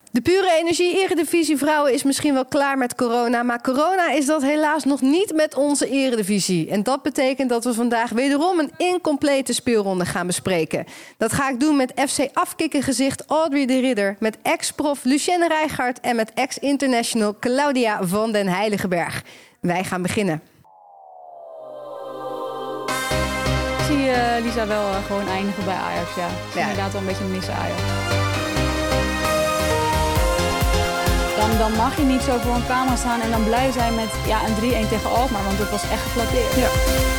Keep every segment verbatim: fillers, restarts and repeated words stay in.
De Pure Energie Eredivisie Vrouwen is misschien wel klaar met corona, maar corona is dat helaas nog niet met onze Eredivisie. En dat betekent dat we vandaag wederom een incomplete speelronde gaan bespreken. Dat ga ik doen met F C Afkikkengezicht Audrey de Ridder, met ex-prof Lucienne Rijgaard en met ex-international Claudia van den Heiligenberg. Wij gaan beginnen. Ik zie uh, Lisa wel uh, gewoon eindigen bij Ajax, ja. Het is ja. inderdaad wel een beetje een missen Ajax. Dan, dan mag je niet zo voor een camera staan en dan blij zijn met ja, een drie-een tegen Alkmaar, want dat was echt geflatteerd. Ja.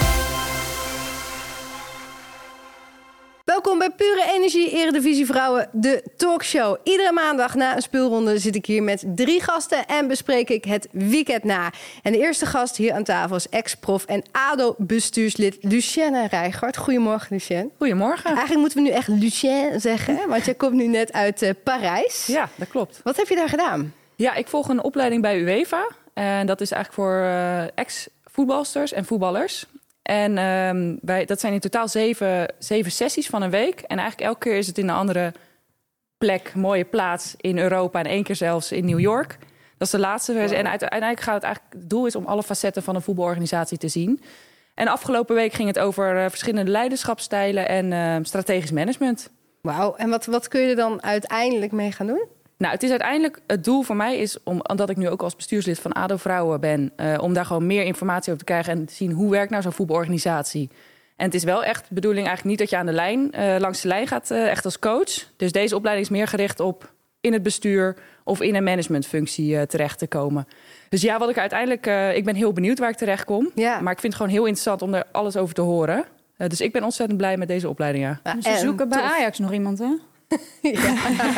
Welkom bij Pure Energie Eredivisie Vrouwen, de talkshow. Iedere maandag na een speelronde zit ik hier met drie gasten en bespreek ik het weekend na. En de eerste gast hier aan tafel is ex-prof en A D O-bestuurslid Lucienne Rijgaard. Goedemorgen, Lucienne. Goedemorgen. Eigenlijk moeten we nu echt Lucienne zeggen, want jij komt nu net uit uh, Parijs. Ja, dat klopt. Wat heb je daar gedaan? Ja, ik volg een opleiding bij UEFA. En dat is eigenlijk voor uh, ex-voetbalsters en voetballers. En um, wij, dat zijn in totaal zeven, zeven sessies van een week. En eigenlijk elke keer is het in een andere plek, mooie plaats in Europa. En één keer zelfs in New York. Dat is de laatste versie. En uiteindelijk gaat het eigenlijk, het doel is om alle facetten van een voetbalorganisatie te zien. En afgelopen week ging het over uh, verschillende leiderschapsstijlen en uh, strategisch management. Wauw, en wat, wat kun je er dan uiteindelijk mee gaan doen? Nou, het is uiteindelijk, het doel voor mij is, om, omdat ik nu ook als bestuurslid van A D O Vrouwen ben, uh, om daar gewoon meer informatie over te krijgen en te zien hoe werkt nou zo'n voetbalorganisatie. En het is wel echt de bedoeling eigenlijk niet dat je aan de lijn, uh, langs de lijn gaat, uh, echt als coach. Dus deze opleiding is meer gericht op in het bestuur of in een managementfunctie uh, terecht te komen. Dus ja, wat ik uiteindelijk, uh, ik ben heel benieuwd waar ik terecht kom. Ja. Maar ik vind het gewoon heel interessant om er alles over te horen. Uh, dus ik ben ontzettend blij met deze opleiding, ja. Ja, ze zoeken bij tof. Ajax nog iemand, hè? Ja.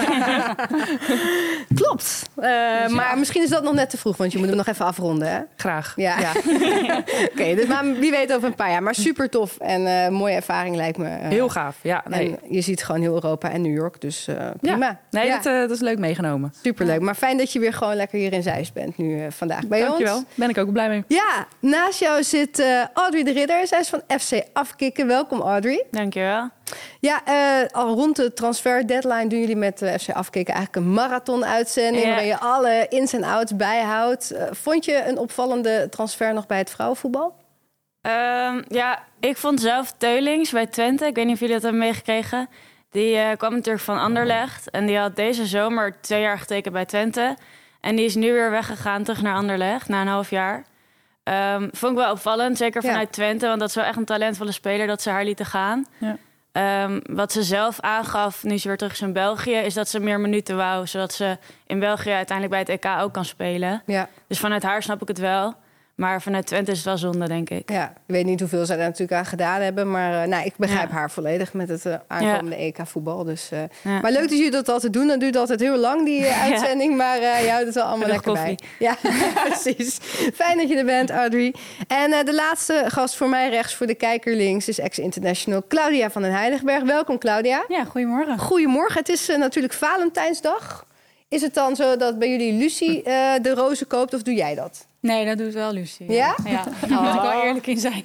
Klopt. Uh, ja. Maar misschien is dat nog net te vroeg, want je moet hem nog even afronden, hè? Graag. Ja. ja. Oké, okay, dus maar wie weet over een paar jaar. Maar super tof en uh, mooie ervaring lijkt me. Uh, heel gaaf, ja. Nee. En je ziet gewoon heel Europa en New York, dus uh, prima. Ja. Nee, ja. dat, uh, dat is leuk meegenomen. Superleuk, maar fijn dat je weer gewoon lekker hier in Zeist bent nu uh, vandaag bij Dankjewel. ons. Ben ik ook blij mee. Ja, naast jou zit uh, Audrey de Ridder. Zij is van F C Afkikken. Welkom, Audrey. Dankjewel. Ja, uh, al rond de transfer deadline doen jullie met uh, F C Afkikken eigenlijk een marathon-uitzending... Ja. Waarin je alle ins en outs bijhoudt. Uh, vond je een opvallende transfer nog bij het vrouwenvoetbal? Um, ja, ik vond zelf Teulings bij Twente. Ik weet niet of jullie dat hebben meegekregen. Die uh, kwam natuurlijk van Anderlecht. En die had deze zomer twee jaar getekend bij Twente. En die is nu weer weggegaan terug naar Anderlecht na een half jaar. Um, vond ik wel opvallend, zeker vanuit ja. Twente. Want dat is wel echt een talentvolle speler dat ze haar lieten gaan. Ja. Um, wat ze zelf aangaf, nu ze weer terug is in België... is dat ze meer minuten wou, zodat ze in België uiteindelijk bij het E K ook kan spelen. Ja. Dus vanuit haar snap ik het wel. Maar vanuit Twente is het wel zonde, denk ik. Ja, ik weet niet hoeveel zij daar natuurlijk aan gedaan hebben... maar uh, nou, ik begrijp ja. haar volledig met het uh, aankomende ja. E K-voetbal. Dus, uh, ja. Maar leuk dat jullie dat altijd doen. Dat duurt altijd heel lang, die uh, uitzending. Ja. Maar uh, je houdt het wel allemaal lekker koffie. bij. Ja, precies. Fijn dat je er bent, Audrey. En uh, de laatste gast voor mij rechts, voor de kijker links... is ex-international Claudia van den Heiligenberg. Welkom, Claudia. Ja, goedemorgen. Goedemorgen. Het is uh, natuurlijk Valentijnsdag. Is het dan zo dat bij jullie Lucie uh, de rozen koopt of doe jij dat? Nee, dat doet wel Lucie. Ja? Ja, daar oh. moet ik wel eerlijk in zijn.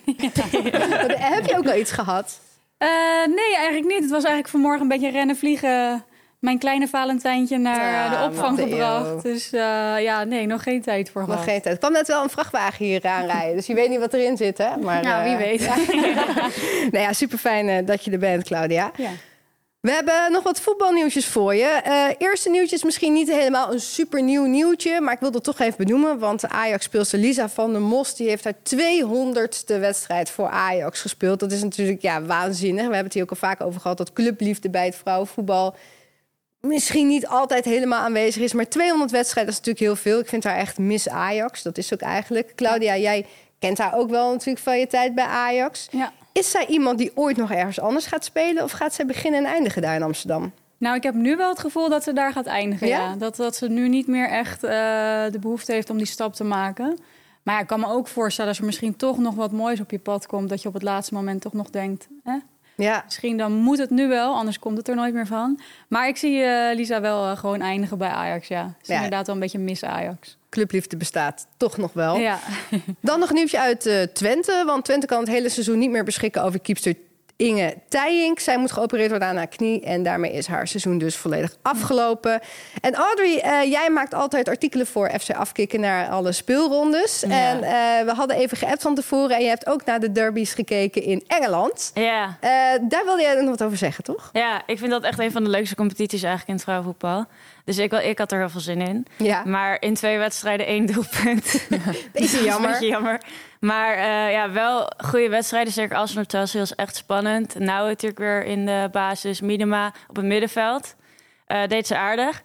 Heb je ook wel iets gehad? Uh, nee, eigenlijk niet. Het was eigenlijk vanmorgen een beetje rennen, vliegen... mijn kleine Valentijntje naar ja, de opvang gebracht. Dus uh, ja, nee, nog geen tijd voor nog gehad. Nog geen tijd. Er kwam net wel een vrachtwagen hier aanrijden. Dus je weet niet wat erin zit, hè? Maar, nou, wie uh, weet. Ja. Nou ja, super fijn uh, dat je er bent, Claudia. Ja. We hebben nog wat voetbalnieuwtjes voor je. Uh, eerste nieuwtje is misschien niet helemaal een super nieuw nieuwtje... maar ik wil dat toch even benoemen... want de Ajax-speelster Lisa van der Mos... die heeft haar tweehonderdste wedstrijd voor Ajax gespeeld. Dat is natuurlijk ja, waanzinnig. We hebben het hier ook al vaak over gehad... dat clubliefde bij het vrouwenvoetbal... misschien niet altijd helemaal aanwezig is... maar tweehonderd wedstrijden is natuurlijk heel veel. Ik vind haar echt Miss Ajax. Dat is ook eigenlijk. Claudia, jij kent haar ook wel natuurlijk van je tijd bij Ajax... Ja. Is zij iemand die ooit nog ergens anders gaat spelen... of gaat zij beginnen en eindigen daar in Amsterdam? Nou, ik heb nu wel het gevoel dat ze daar gaat eindigen, ja. ja. Dat, dat ze nu niet meer echt uh, de behoefte heeft om die stap te maken. Maar ja, ik kan me ook voorstellen... als er misschien toch nog wat moois op je pad komt... dat je op het laatste moment toch nog denkt... Eh? Ja. Misschien dan moet het nu wel, anders komt het er nooit meer van. Maar ik zie uh, Lisa wel uh, gewoon eindigen bij Ajax, ja. Het is ja. inderdaad wel een beetje mis Ajax. Clubliefde bestaat toch nog wel. Ja. Dan nog een nieuwtje uit uh, Twente. Want Twente kan het hele seizoen niet meer beschikken over keepster Inge Tijink. Zij moet geopereerd worden aan haar knie en daarmee is haar seizoen dus volledig afgelopen. En Audrey, uh, jij maakt altijd artikelen voor F C Afkikken naar alle speelrondes. Ja. En uh, we hadden even geappt van tevoren en je hebt ook naar de derbies gekeken in Engeland. Ja. Uh, daar wilde jij nog wat over zeggen, toch? Ja, ik vind dat echt een van de leukste competities eigenlijk in het vrouwenvoetbal. Dus ik, ik had er heel veel zin in. Ja. Maar in twee wedstrijden één doelpunt. Beetje jammer. Beetje jammer. Maar uh, ja, wel goede wedstrijden. Zeker Arsenal-Chelsea was echt spannend. Nou natuurlijk weer in de basis. Minima op het middenveld. Uh, deed ze aardig.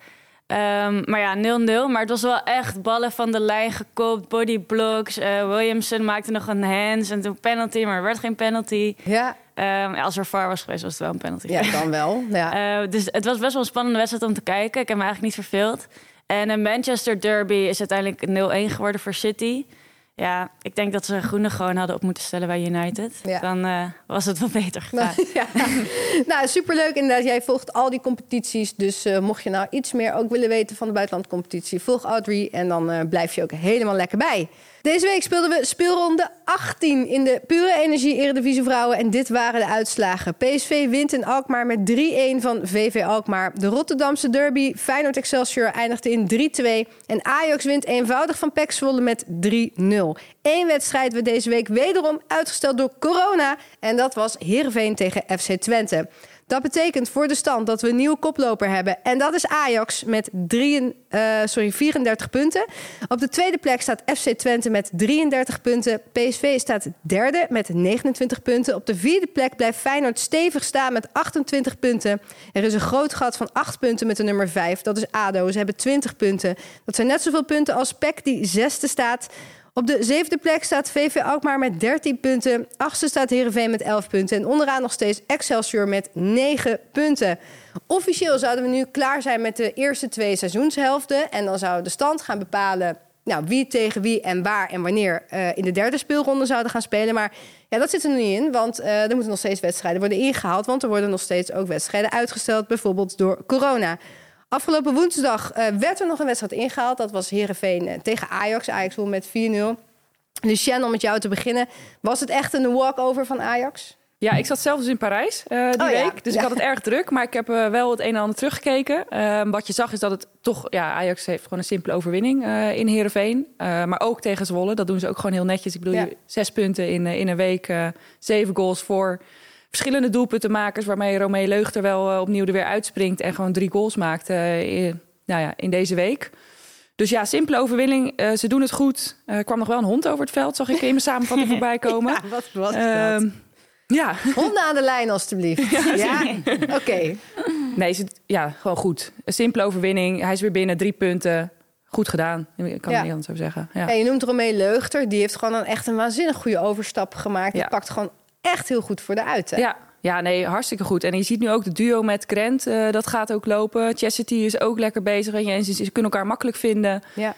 Um, maar ja, nul nul. Maar het was wel echt ballen van de lijn gekopt. Bodyblocks. Uh, Williamson maakte nog een hands. En toen penalty, maar er werd geen penalty. Ja. Um, als er V A R was geweest, was het wel een penalty. Ja, dan wel. Ja. Uh, dus het was best wel een spannende wedstrijd om te kijken. Ik heb me eigenlijk niet verveeld. En een Manchester Derby is uiteindelijk nul één geworden voor City. Ja, ik denk dat ze Groene gewoon hadden op moeten stellen bij United. Ja. Dan uh, was het wel beter gegaan. Ja. Nou, superleuk inderdaad. Jij volgt al die competities. Dus uh, mocht je nou iets meer ook willen weten van de buitenlandcompetitie, volg Audrey en dan uh, blijf je ook helemaal lekker bij. Deze week speelden we speelronde achttien in de Pure Energie Eredivisie Vrouwen. En dit waren de uitslagen. P S V wint in Alkmaar met drie-een van V V Alkmaar. De Rotterdamse derby Feyenoord Excelsior eindigde in drie twee. En Ajax wint eenvoudig van P E C Zwolle met drie nul. Eén wedstrijd werd deze week wederom uitgesteld door corona. En dat was Heerenveen tegen F C Twente. Dat betekent voor de stand dat we een nieuwe koploper hebben. En dat is Ajax met drie, uh, sorry, vierendertig punten. Op de tweede plek staat F C Twente met drieëndertig punten. P S V staat derde met negenentwintig punten. Op de vierde plek blijft Feyenoord stevig staan met achtentwintig punten. Er is een groot gat van acht punten met de nummer vijf. Dat is A D O. Ze hebben twintig punten. Dat zijn net zoveel punten als P E C die zesde staat. Op de zevende plek staat V V Alkmaar met dertien punten. Achtste staat Heerenveen met elf punten. En onderaan nog steeds Excelsior met negen punten. Officieel zouden we nu klaar zijn met de eerste twee seizoenshelften. En dan zou de stand gaan bepalen nou, wie tegen wie en waar en wanneer uh, in de derde speelronde zouden gaan spelen. Maar ja, dat zit er nu niet in, want uh, er moeten nog steeds wedstrijden worden ingehaald. Want er worden nog steeds ook wedstrijden uitgesteld, bijvoorbeeld door corona. Afgelopen woensdag uh, werd er nog een wedstrijd ingehaald. Dat was Heerenveen uh, tegen Ajax. Ajax won met vier nul. Lucien, om met jou te beginnen. Was het echt een walkover van Ajax? Ja, ik zat zelf dus in Parijs uh, die oh, week. Ja. Dus ja. ik had het erg druk. Maar ik heb uh, wel het een en ander teruggekeken. Uh, wat je zag is dat het toch... Ja, Ajax heeft gewoon een simpele overwinning uh, in Heerenveen. Uh, maar ook tegen Zwolle. Dat doen ze ook gewoon heel netjes. Ik bedoel, ja. zes punten in, uh, in een week. Uh, zeven goals voor verschillende doelpuntenmakers, waarmee Romee Leugter wel uh, opnieuw er weer uitspringt en gewoon drie goals maakt uh, in, nou ja, in deze week. Dus ja, simpele overwinning. Uh, ze doen het goed. Er uh, kwam nog wel een hond over het veld, zag ik in mijn samenvatting voorbij komen. Ja, wat was uh, dat? Ja. Honden aan de lijn, alstublieft. Ja, ja? Oké. Okay. Nee, ze, ja, gewoon goed. Een simpele overwinning. Hij is weer binnen, drie punten. Goed gedaan, ik kan ja. het niet anders zo zeggen. Ja. Ja, je noemt Romee Leugter. Die heeft gewoon een echt een waanzinnig goede overstap gemaakt. Die ja. pakt gewoon echt heel goed voor de uit. Hè? Ja. ja, nee, hartstikke goed. En je ziet nu ook de duo met Krent. Uh, dat gaat ook lopen. Chastity is ook lekker bezig. En, je, en ze, ze kunnen elkaar makkelijk vinden. Ja.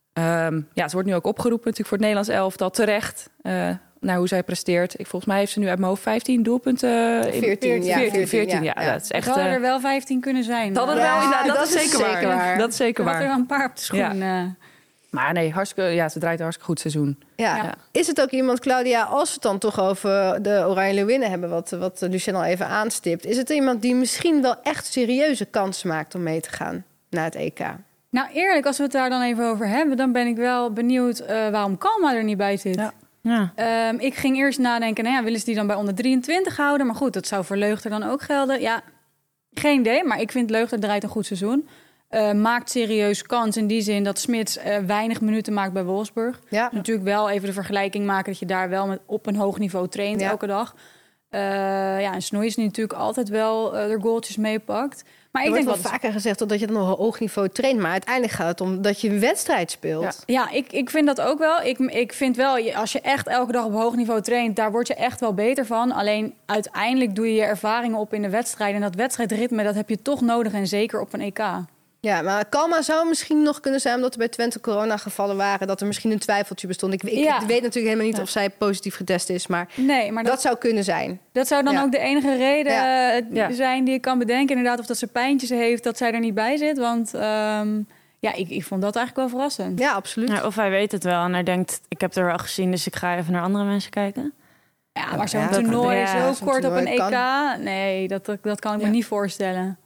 Um, ja, ze wordt nu ook opgeroepen natuurlijk voor het Nederlands elftal. Terecht. Uh, naar hoe zij presteert. Ik, volgens mij heeft ze nu uit mijn hoofd vijftien doelpunten. In veertien, ja. veertien, veertien, ja. ja. Dat is echt, het hadden er wel vijftien kunnen zijn. Dat, ja, wel, ja, dat, dat is is zeker, zeker waar. waar. Dat is zeker waar. Er een paar op de schoen. Ja. Maar nee, hartstikke, ja, ze draait een hartstikke goed seizoen. Ja. Ja. Is het ook iemand, Claudia, als we het dan toch over de Oranje Leeuwinnen hebben, wat, wat Lucien al even aanstipt, is het iemand die misschien wel echt serieuze kansen maakt om mee te gaan naar het E K? Nou, eerlijk, als we het daar dan even over hebben, dan ben ik wel benieuwd uh, waarom Kalma er niet bij zit. Ja. Ja. Um, ik ging eerst nadenken, nou ja, willen ze die dan bij onder drieëntwintig houden? Maar goed, dat zou voor Leugter dan ook gelden. Ja, geen idee, maar ik vind Leugter draait een goed seizoen. Uh, maakt serieus kans in die zin dat Smits uh, weinig minuten maakt bij Wolfsburg. Ja. Dus natuurlijk wel even de vergelijking maken dat je daar wel met, op een hoog niveau traint ja. elke dag. Uh, ja, en Snoei is natuurlijk altijd wel uh, er goaltjes meepakt. Maar er ik wordt denk wel vaker gezegd dat je dan op een hoog niveau traint, maar uiteindelijk gaat het om dat je een wedstrijd speelt. Ja, ja ik, ik vind dat ook wel. Ik, ik vind wel, als je echt elke dag op hoog niveau traint, daar word je echt wel beter van. Alleen uiteindelijk doe je je ervaringen op in de wedstrijd. En dat wedstrijdritme, dat heb je toch nodig en zeker op een E K. Ja, maar Kalma zou misschien nog kunnen zijn, omdat er bij Twente corona-gevallen waren, dat er misschien een twijfeltje bestond. Ik, ik ja. weet natuurlijk helemaal niet ja. of zij positief getest is, maar, nee, maar dat, dat zou kunnen zijn. Dat zou dan ja. ook de enige reden ja. Ja. zijn die ik kan bedenken, inderdaad, of dat ze pijntjes heeft, dat zij er niet bij zit. Want um, ja, ik, ik vond dat eigenlijk wel verrassend. Ja, absoluut. Ja, of hij weet het wel en hij denkt, ik heb het er wel gezien, dus ik ga even naar andere mensen kijken. Ja, maar zo'n ja, toernooi ja, zo zo'n kort op een toernooi E K... Nee, dat, dat, dat kan ik Ja. me niet voorstellen.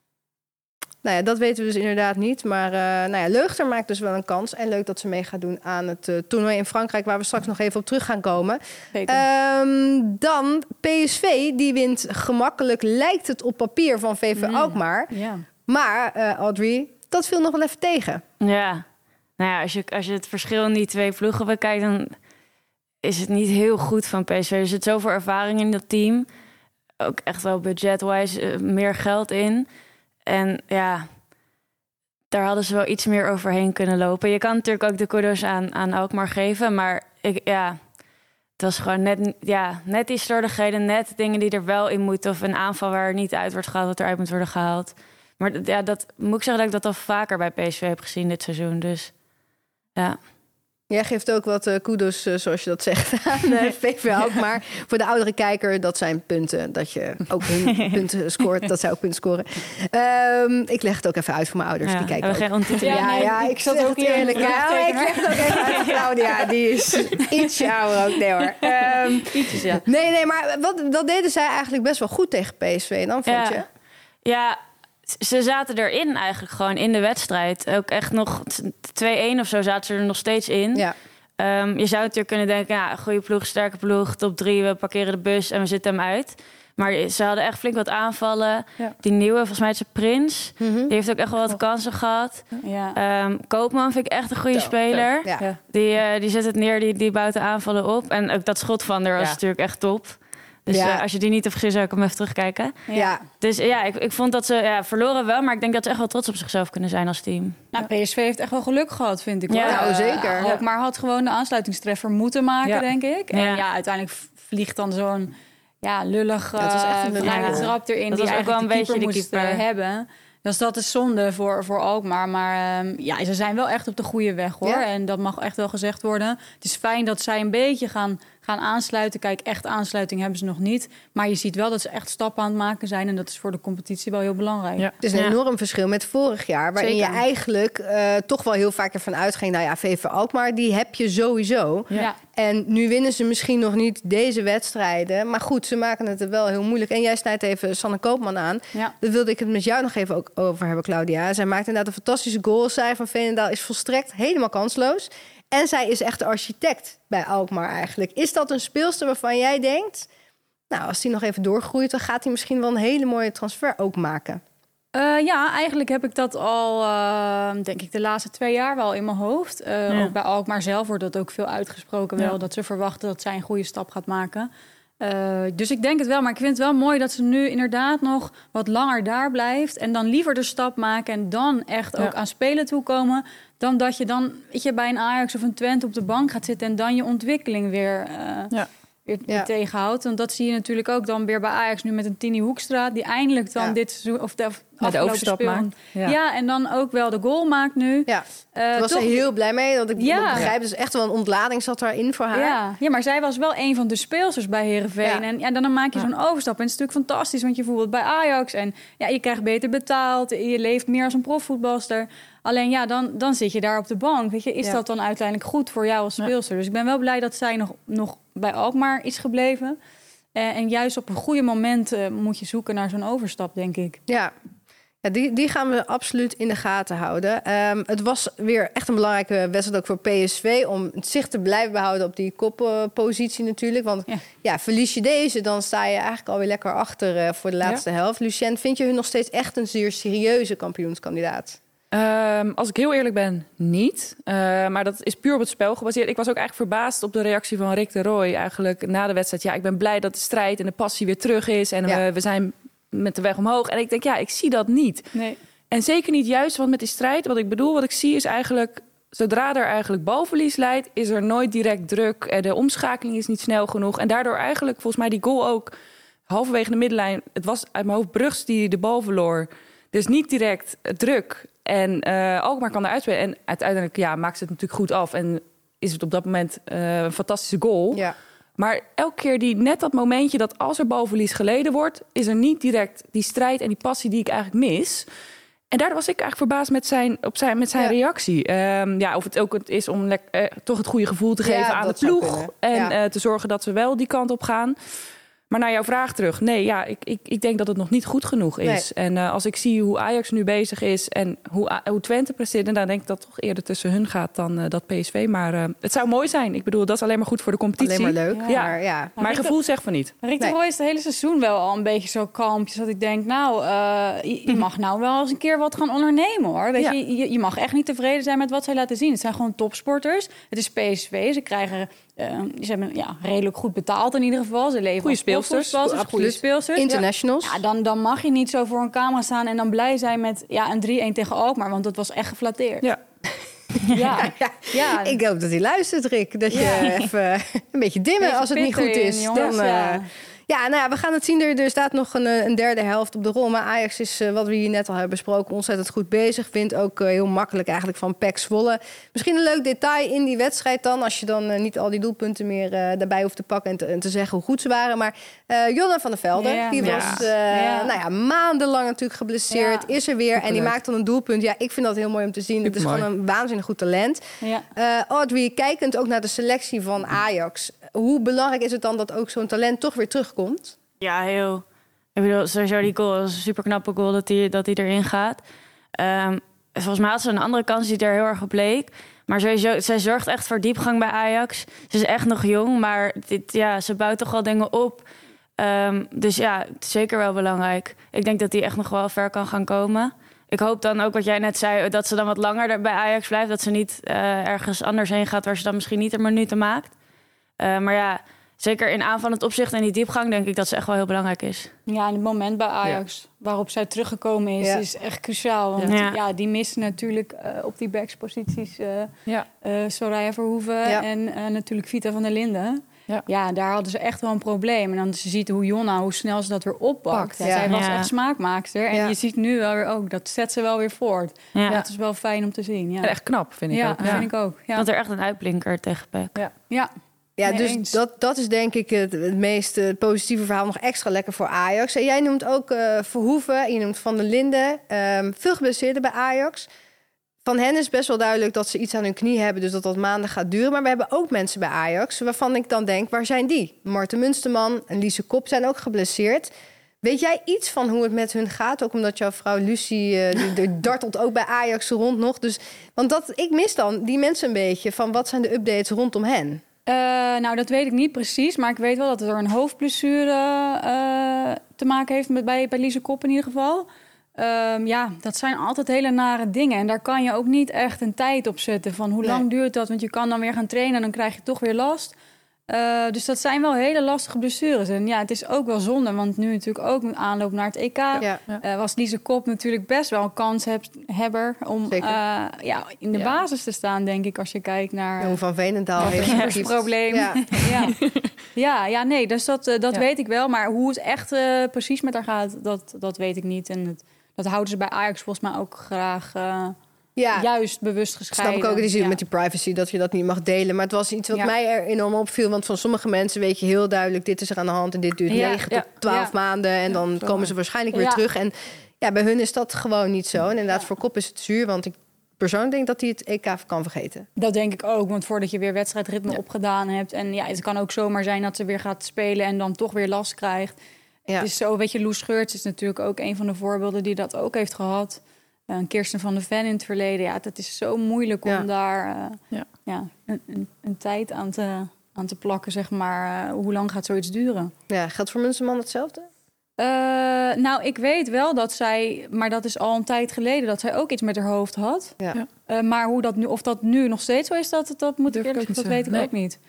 Nou ja, dat weten we dus inderdaad niet. Maar uh, nou ja, Leugter maakt dus wel een kans. En leuk dat ze mee gaat doen aan het uh, toernooi in Frankrijk... waar we straks nog even op terug gaan komen. Um, dan P S V, die wint gemakkelijk, lijkt het op papier, van V V Mm. Alkmaar. Ja. Maar, uh, Audrey, dat viel nog wel even tegen. Ja, nou ja, als je, als je het verschil in die twee ploegen bekijkt... dan is het niet heel goed van P S V. Er zit zoveel ervaring in dat team. Ook echt wel budget-wise uh, meer geld in... En ja, daar hadden ze wel iets meer overheen kunnen lopen. Je kan natuurlijk ook de kudos aan, aan Alkmaar geven. Maar ik, ja, het was gewoon net, ja, net die slordigheden, net dingen die er wel in moeten. Of een aanval waar er niet uit wordt gehaald, wat eruit moet worden gehaald. Maar ja, dat moet ik zeggen dat ik dat al vaker bij P S V heb gezien dit seizoen. Dus ja. Jij geeft ook wat uh, kudos, uh, zoals je dat zegt, aan uh, V V Alkmaar. Voor de oudere kijker, dat zijn punten. Dat je ook hun punten scoort, dat zij ook punten scoren. Um, ik leg het ook even uit voor mijn ouders. Ja, die kijken hebben ook. geen ontiteling. Ja, nee, ja, ik ik zat zat ook ook hier eerlijk. in de Ja, ik leg het ook even uit voor Claudia. Die is ietsje ouder ook. Nee hoor. Um, Ietsjes, ja. Nee, nee, maar wat, dat deden zij eigenlijk best wel goed tegen P S V dan, vond Ja. je? Ja, ze zaten erin eigenlijk gewoon in de wedstrijd. Ook echt nog twee-één of zo zaten ze er nog steeds in. Ja. Um, je zou natuurlijk kunnen denken, ja, goede ploeg, sterke ploeg, top drie, we parkeren de bus en we zitten hem uit. Maar ze hadden echt flink wat aanvallen. Ja. Die nieuwe, volgens mij is het Prins, Mm-hmm. die heeft ook echt wel wat kansen gehad. Ja. Um, Koopman vind ik echt een goede Zo, speler. Ja. Ja. Die, uh, die zet het neer, die, die bouwt de aanvallen op. En ook dat schot van er was Ja. natuurlijk echt top. Dus Ja. uh, als je die niet hebt gezien, zou ik hem even terugkijken. Ja. Dus ja, ik, ik vond dat ze ja, verloren wel, maar ik denk dat ze echt wel trots op zichzelf kunnen zijn als team. Nou, P S V heeft echt wel geluk gehad, vind ik. Ja, hoor. nou, Uh, zeker. Alkmaar had gewoon de aansluitingstreffer moeten maken, Ja. denk ik. En Ja. ja, uiteindelijk vliegt dan zo'n ja, lullig Ja, het was echt een uh, lullige vrije goal. trap erin. Dat die was ook eigenlijk wel een de beetje keeper de moest keeper. uh, hebben. Dus dat is zonde voor, voor Alkmaar. Maar um, ja, ze zijn wel echt op de goede weg, hoor. Ja. En dat mag echt wel gezegd worden. Het is fijn dat zij een beetje gaan, gaan aansluiten. Kijk, echt aansluiting hebben ze nog niet. Maar je ziet wel dat ze echt stappen aan het maken zijn. En dat is voor de competitie wel heel belangrijk. Ja. Het is een Ja. enorm verschil met vorig jaar, waarin Zeker. je eigenlijk uh, toch wel heel vaak ervan uitging, nou ja, V V Alkmaar, die heb je sowieso. Ja. Ja. En nu winnen ze misschien nog niet deze wedstrijden. Maar goed, ze maken het er wel heel moeilijk. En jij snijdt even Sanne Koopman aan. Ja. Daar wilde ik het met jou nog even ook over hebben, Claudia. Zij maakt inderdaad een fantastische goal. Zij van Veenendaal is volstrekt helemaal kansloos. En zij is echt de architect bij Alkmaar eigenlijk. Is dat een speelster waarvan jij denkt, nou, als die nog even doorgroeit, dan gaat hij misschien wel een hele mooie transfer ook maken? Uh, ja, eigenlijk heb ik dat al, uh, denk ik, de laatste twee jaar wel in mijn hoofd. Uh, Ja. Ook bij Alkmaar zelf wordt dat ook veel uitgesproken wel. Ja. Dat ze verwachten dat zij een goede stap gaat maken. Uh, dus ik denk het wel, maar ik vind het wel mooi dat ze nu inderdaad nog wat langer daar blijft. En dan liever de stap maken en dan echt ook Ja. aan spelen toekomen. Dan dat je dan, weet je, bij een Ajax of een Twente op de bank gaat zitten en dan je ontwikkeling weer... Uh, Ja. weer Ja. tegenhoudt. Want dat zie je natuurlijk ook dan weer bij Ajax nu met een Tini Hoekstra, die eindelijk dan Ja. dit seizoen of de, of de afgelopen overstap speel- maakt. Ja. Ja. en dan ook wel de goal maakt nu. Ja, Uh, daar was toch- ze heel blij mee. Want ik Ja. begrijp, dus echt wel een ontlading zat daarin voor haar. Ja. ja, maar zij was wel een van de speelsters bij Heerenveen. Ja. En ja, dan maak je Ja. zo'n overstap. En het is natuurlijk fantastisch, want je voelt het bij Ajax. En ja, je krijgt beter betaald. Je leeft meer als een profvoetbalster. Alleen ja, dan, dan zit je daar op de bank. Weet je, is Ja. dat dan uiteindelijk goed voor jou als Ja. speelster? Dus ik ben wel blij dat zij nog, nog bij Alkmaar is gebleven. Uh, en juist op een goede moment uh, moet je zoeken naar zo'n overstap, denk ik. Ja. Ja, die, die gaan we absoluut in de gaten houden. Um, het was weer echt een belangrijke wedstrijd ook voor P S V... om het zicht te blijven behouden op die koppositie natuurlijk. Want ja. Ja. verlies je deze, dan sta je eigenlijk alweer lekker achter uh, voor de laatste ja. helft. Lucien, vind je hun nog steeds echt een zeer serieuze kampioenskandidaat? Um, als ik heel eerlijk ben, niet. Uh, maar dat is puur op het spel gebaseerd. Ik was ook eigenlijk verbaasd op de reactie van Rick de Roy eigenlijk na de wedstrijd. Ja, ik ben blij dat de strijd en de passie weer terug is. En ja. we, we zijn met de weg omhoog. En ik denk, ja, ik zie dat niet. Nee. En zeker niet juist, want met die strijd, wat ik bedoel, wat ik zie is eigenlijk, zodra er eigenlijk balverlies leidt, is er nooit direct druk. De omschakeling is niet snel genoeg. En daardoor eigenlijk, volgens mij, die goal ook halverwege de middenlijn. Het was uit mijn hoofd Brugs die de bal verloor. Dus niet direct druk. En uh, Alkmaar kan eruit spelen. En uiteindelijk ja, maakt ze het natuurlijk goed af. En is het op dat moment uh, een fantastische goal. Ja. Maar elke keer die net dat momentje dat als er balverlies geleden wordt, is er niet direct die strijd en die passie die ik eigenlijk mis. En daar was ik eigenlijk verbaasd met zijn, op zijn, met zijn Ja. reactie. Um, ja, of het ook het is om lek, eh, toch het goede gevoel te geven Ja, aan de dat zou ploeg. kunnen. En Ja. uh, te zorgen dat ze wel die kant op gaan. Maar naar jouw vraag terug. Nee, ja, ik, ik, ik denk dat het nog niet goed genoeg is. Nee. En uh, als ik zie hoe Ajax nu bezig is en hoe, hoe Twente presteert, dan denk ik dat het toch eerder tussen hun gaat dan uh, dat P S V. Maar uh, het zou mooi zijn. Ik bedoel, dat is alleen maar goed voor de competitie. Alleen maar leuk. Ja. Ja. Maar, ja. Mijn gevoel zegt van niet. Rick de Roy is het hele seizoen wel al een beetje zo kalmpjes. Dat ik denk, nou, uh, je, je mag nou wel eens een keer wat gaan ondernemen, hoor. Weet ja. je, je, je mag echt niet tevreden zijn met wat zij laten zien. Het zijn gewoon topsporters. Het is P S V. Ze krijgen... Uh, ze hebben ja, redelijk goed betaald in ieder geval. Ze leven goede speelsters. Goede speelsters. Internationals. Ja, dan, dan mag je niet zo voor een camera staan en dan blij zijn met ja, een drie-een tegen Alkmaar. Want dat was echt geflatteerd. Ja. Ja. Ja. Ja. Ik hoop dat hij luistert, Rick. Dat je ja. even een beetje dimmen beetje als het niet goed is. In, dan, uh, ja. Ja, nou ja, we gaan het zien. Er, er staat nog een, een derde helft op de rol. Maar Ajax is, uh, wat we hier net al hebben besproken, ontzettend goed bezig. Vindt ook uh, heel makkelijk eigenlijk van P E C Zwolle. Misschien een leuk detail in die wedstrijd dan. Als je dan uh, niet al die doelpunten meer uh, daarbij hoeft te pakken en te, en te zeggen hoe goed ze waren. Maar uh, Jonna van der Velde, ja. die was uh, ja. Nou ja, maandenlang natuurlijk geblesseerd. Ja. Is er weer. En die maakt dan een doelpunt. Ja, ik vind dat heel mooi om te zien. Het is mooi. Gewoon een waanzinnig goed talent. Ja. Uh, Audrey, kijkend ook naar de selectie van Ajax. Hoe belangrijk is het dan dat ook zo'n talent toch weer terugkomt? Ja, heel. Ik bedoel, sowieso die goal, dat is een super knappe goal dat hij dat die erin gaat. Um, volgens mij had ze een andere kans die er heel erg op leek. Maar sowieso, zij zorgt echt voor diepgang bij Ajax. Ze is echt nog jong, maar dit, ja, ze bouwt toch wel dingen op. Um, dus ja, zeker wel belangrijk. Ik denk dat hij echt nog wel ver kan gaan komen. Ik hoop dan ook wat jij net zei, dat ze dan wat langer bij Ajax blijft. Dat ze niet uh, ergens anders heen gaat waar ze dan misschien niet een minuten maakt. Uh, maar ja, zeker in aanvallend opzicht en die diepgang denk ik dat ze echt wel heel belangrijk is. Ja, en het moment bij Ajax ja. waarop zij teruggekomen is, ja. is echt cruciaal. Want ja, ja die miste natuurlijk uh, op die backsposities uh, ja. uh, Soraya Verhoeven ja. en uh, natuurlijk Vita van der Linden. Ja. ja, daar hadden ze echt wel een probleem. En dan ze ziet hoe Jonna, hoe snel ze dat weer oppakt. Ja. Zij was ja. echt smaakmaakster. En ja. je ziet nu wel weer ook, dat zet ze wel weer voort. Ja. Ja, dat is wel fijn om te zien. Ja. Echt knap, vind ik ja, ook. Ja, vind ik ook. Ja. Dat er echt een uitblinker tegen P E C. Ja, ja. Ja, nee, dus dat, dat is denk ik het, het meest uh, positieve verhaal. Nog extra lekker voor Ajax. En jij noemt ook uh, Verhoeven, je noemt Van der Linden. Um, veel geblesseerden bij Ajax. Van hen is best wel duidelijk dat ze iets aan hun knie hebben, dus dat dat maanden gaat duren. Maar we hebben ook mensen bij Ajax waarvan ik dan denk, waar zijn die? Marten Munsterman en Lise Kop zijn ook geblesseerd. Weet jij iets van hoe het met hun gaat? Ook omdat jouw vrouw Lucie, uh, die, die dartelt ook bij Ajax rond nog. Dus, want dat, ik mis dan die mensen een beetje van wat zijn de updates rondom hen? Uh, nou, dat weet ik niet precies. Maar ik weet wel dat het er een hoofdblessure uh, te maken heeft met, bij, bij Lise Kop in ieder geval. Um, ja, dat zijn altijd hele nare dingen. En daar kan je ook niet echt een tijd op zetten van hoe nee. lang duurt dat? Want je kan dan weer gaan trainen en dan krijg je toch weer last. Uh, dus dat zijn wel hele lastige blessures. En ja, het is ook wel zonde, want nu natuurlijk ook een aanloop naar het E K. Ja. Uh, was Lise Kop natuurlijk best wel een kanshebber om uh, ja, in de ja. basis te staan, denk ik, als je kijkt naar... Jong van Veenendaal heeft een probleem. Ja. ja. Ja, ja, nee, dus dat, uh, dat ja. weet ik wel. Maar hoe het echt uh, precies met haar gaat, dat, dat weet ik niet. En het, dat houden ze bij Ajax volgens mij ook graag... Uh, Ja. Juist bewust gescheiden. Snap ik ook, die zin ja. met die privacy, dat je dat niet mag delen. Maar het was iets wat ja. mij er enorm opviel. Want van sommige mensen weet je heel duidelijk, dit is er aan de hand en dit duurt ja. negen ja. tot twaalf ja. maanden. En dan ja, komen ze waarschijnlijk weer ja. terug. En ja, bij hun is dat gewoon niet zo. En inderdaad, ja. voor Kop is het zuur. Want ik persoonlijk denk dat hij het E K kan vergeten. Dat denk ik ook, want voordat je weer wedstrijdritme ja. opgedaan hebt. En ja, het kan ook zomaar zijn dat ze weer gaat spelen en dan toch weer last krijgt. Ja. Het is zo, weet je, Loes Scheurts is natuurlijk ook een van de voorbeelden die dat ook heeft gehad. Uh, Kirsten van de Ven in het verleden. Ja, dat is zo moeilijk om ja. daar uh, ja. Ja, een, een, een tijd aan te, aan te plakken, zeg maar. Uh, hoe lang gaat zoiets duren? Ja, geldt voor Munsterman hetzelfde? Uh, nou, ik weet wel dat zij, maar dat is al een tijd geleden, dat zij ook iets met haar hoofd had. Ja. Uh, maar hoe dat nu, of dat nu nog steeds zo is, dat, dat moet ik eerlijk zeggen, dat weet ik nee. ook niet.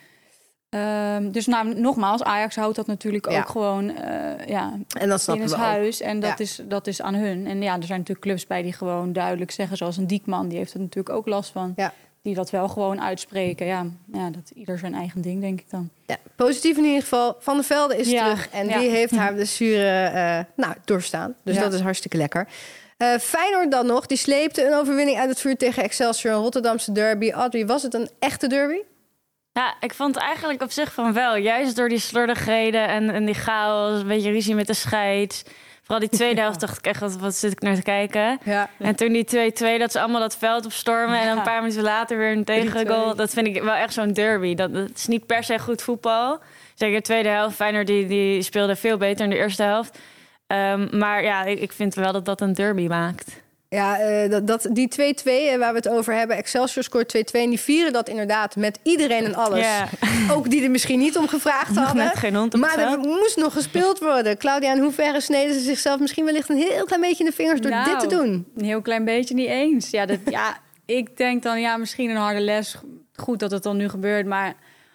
Um, dus nou, nogmaals, Ajax houdt dat natuurlijk ja. ook gewoon uh, ja, en dat in het huis. Ook. En dat, ja. is, dat is aan hun. En ja, er zijn natuurlijk clubs bij die gewoon duidelijk zeggen, zoals een Diekman, die heeft er natuurlijk ook last van. Ja. Die dat wel gewoon uitspreken. Ja, ja, dat ieder zijn eigen ding, denk ik dan. Ja, positief in ieder geval. Van der Velde is ja. terug en ja. die heeft haar blessure uh, nou, doorstaan. Dus ja. dat is hartstikke lekker. Uh, Feyenoord dan nog, die sleepte een overwinning uit het vuur tegen Excelsior, een Rotterdamse derby. Audrey, was het een echte derby? Ja, ik vond het eigenlijk op zich van wel. Juist door die slordigheden en, en die chaos, een beetje ruzie met de scheids. Vooral die tweede helft dacht ik echt, wat, wat zit ik naar te kijken. Ja. En toen die twee twee, dat ze allemaal dat veld opstormen... Ja. en dan een paar minuten later weer een tegengoal. Dat vind ik wel echt zo'n derby. Dat, dat is niet per se goed voetbal. Zeker de tweede helft. Feyenoord die, die speelde veel beter in de eerste helft. Um, maar ja, ik, ik vind wel dat dat een derby maakt. Ja, uh, dat, dat, die twee twee waar we het over hebben. Excelsior scoort twee twee en die vieren dat inderdaad met iedereen en alles. Ja. Ook die er misschien niet om gevraagd hadden. Met geen hond op maar het veld. er moest nog gespeeld worden. Claudia, in hoeverre sneden ze zichzelf misschien wellicht een heel klein beetje in de vingers door Nou, dit te doen? Een heel klein beetje niet eens. Ja, dat, ja, ik denk dan, ja, misschien een harde les. Goed dat het dan nu gebeurt, maar...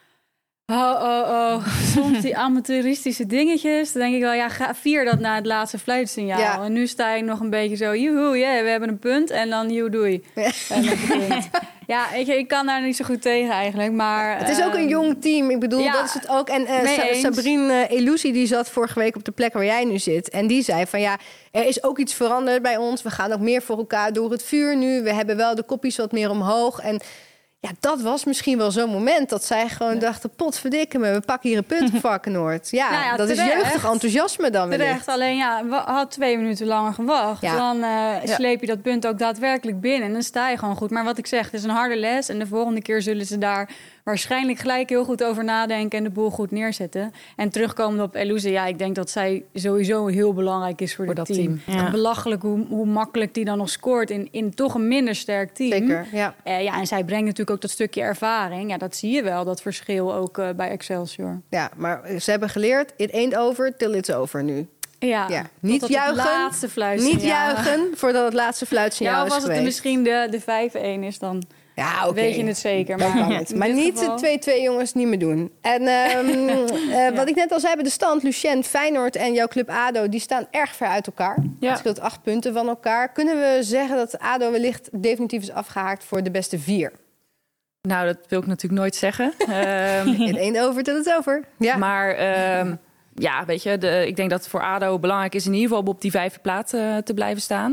Oh, oh, oh. Soms die amateuristische dingetjes. Dan denk ik wel, ja, ga, vier dat na het laatste fluitsignaal. Ja. En nu sta ik nog een beetje zo, joehoe, yeah, we hebben een punt. En dan, joe, doei. Ja. En dan punt. Ja, ik, ik kan daar niet zo goed tegen eigenlijk, maar... Het is ook een um, jong team. Ik bedoel, ja, dat is het ook. En uh, mee Sa- eens. Sabrine uh, Elusi, die zat vorige week op de plek waar jij nu zit. En die zei van ja, er is ook iets veranderd bij ons. We gaan ook meer voor elkaar door het vuur nu. We hebben wel de kopjes wat meer omhoog. En ja, dat was misschien wel zo'n moment dat zij gewoon ja. dachten... potverdikke me, we pakken hier een punt voor Varkenoord. Ja, Nou ja, dat terecht. is jeugdig enthousiasme dan wellicht. Terecht, alleen ja, we had twee minuten langer gewacht. Ja. Dan uh, Ja. sleep je dat punt ook daadwerkelijk binnen. En dan sta je gewoon goed. Maar wat ik zeg, het is een harde les. En de volgende keer zullen ze daar waarschijnlijk gelijk heel goed over nadenken... en de boel goed neerzetten. En terugkomend op Eluze, ja, ik denk dat zij sowieso heel belangrijk is voor, Voor dit dat team. team. Ja. Belachelijk hoe, hoe makkelijk die dan nog scoort in, in toch een minder sterk team. Zeker, ja. Uh, ja, en zij brengt natuurlijk ook dat stukje ervaring. Ja, dat zie je wel, dat verschil ook uh, bij Excelsior. Ja, maar ze hebben geleerd, it ain't over till it's over nu. Ja, Ja, niet totdat het juichen, laatste fluitsignaal. Niet juichen voordat het laatste fluitsignaal Ja, is of als het geweest. misschien de, de vijf-een is, dan Ja, oké. weet je het zeker. Dan Maar, kan het. in Maar dit niet geval- de twee twee jongens niet meer doen. En um, uh, wat ik net al zei bij de stand, Lucien, Feyenoord en jouw club ADO... die staan erg ver uit elkaar. Ja. Het scheelt acht punten van elkaar. Kunnen we zeggen dat ADO wellicht definitief is afgehaakt voor de beste vier? Nou, dat wil ik natuurlijk nooit zeggen. um, In één over tot het over. Ja. Maar um, ja, weet je, de, ik denk dat het voor ADO belangrijk is... in ieder geval om op die vijfde plaats uh, te blijven staan.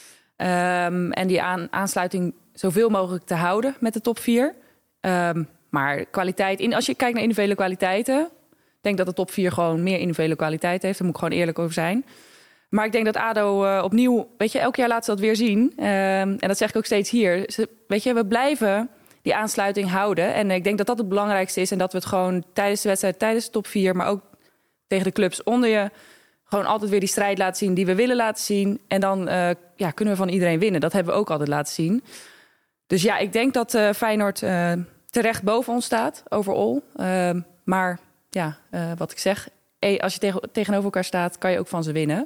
Um, en die aan, aansluiting zoveel mogelijk te houden met de top vier. Um, maar kwaliteit, in, als je kijkt naar individuele kwaliteiten... ik denk dat de top vier gewoon meer individuele kwaliteit heeft. Daar moet ik gewoon eerlijk over zijn. Maar ik denk dat ADO uh, opnieuw... weet je, elk jaar laat ze dat weer zien. Um, en dat zeg ik ook steeds hier. Ze, weet je, we blijven die aansluiting houden. En ik denk dat dat het belangrijkste is. En dat we het gewoon tijdens de wedstrijd, tijdens de top vier... maar ook tegen de clubs onder je... gewoon altijd weer die strijd laten zien die we willen laten zien. En dan uh, ja, kunnen we van iedereen winnen. Dat hebben we ook altijd laten zien. Dus ja, ik denk dat uh, Feyenoord uh, terecht boven ons staat, overall. Uh, maar ja, uh, wat ik zeg, als je tegen, tegenover elkaar staat, kan je ook van ze winnen.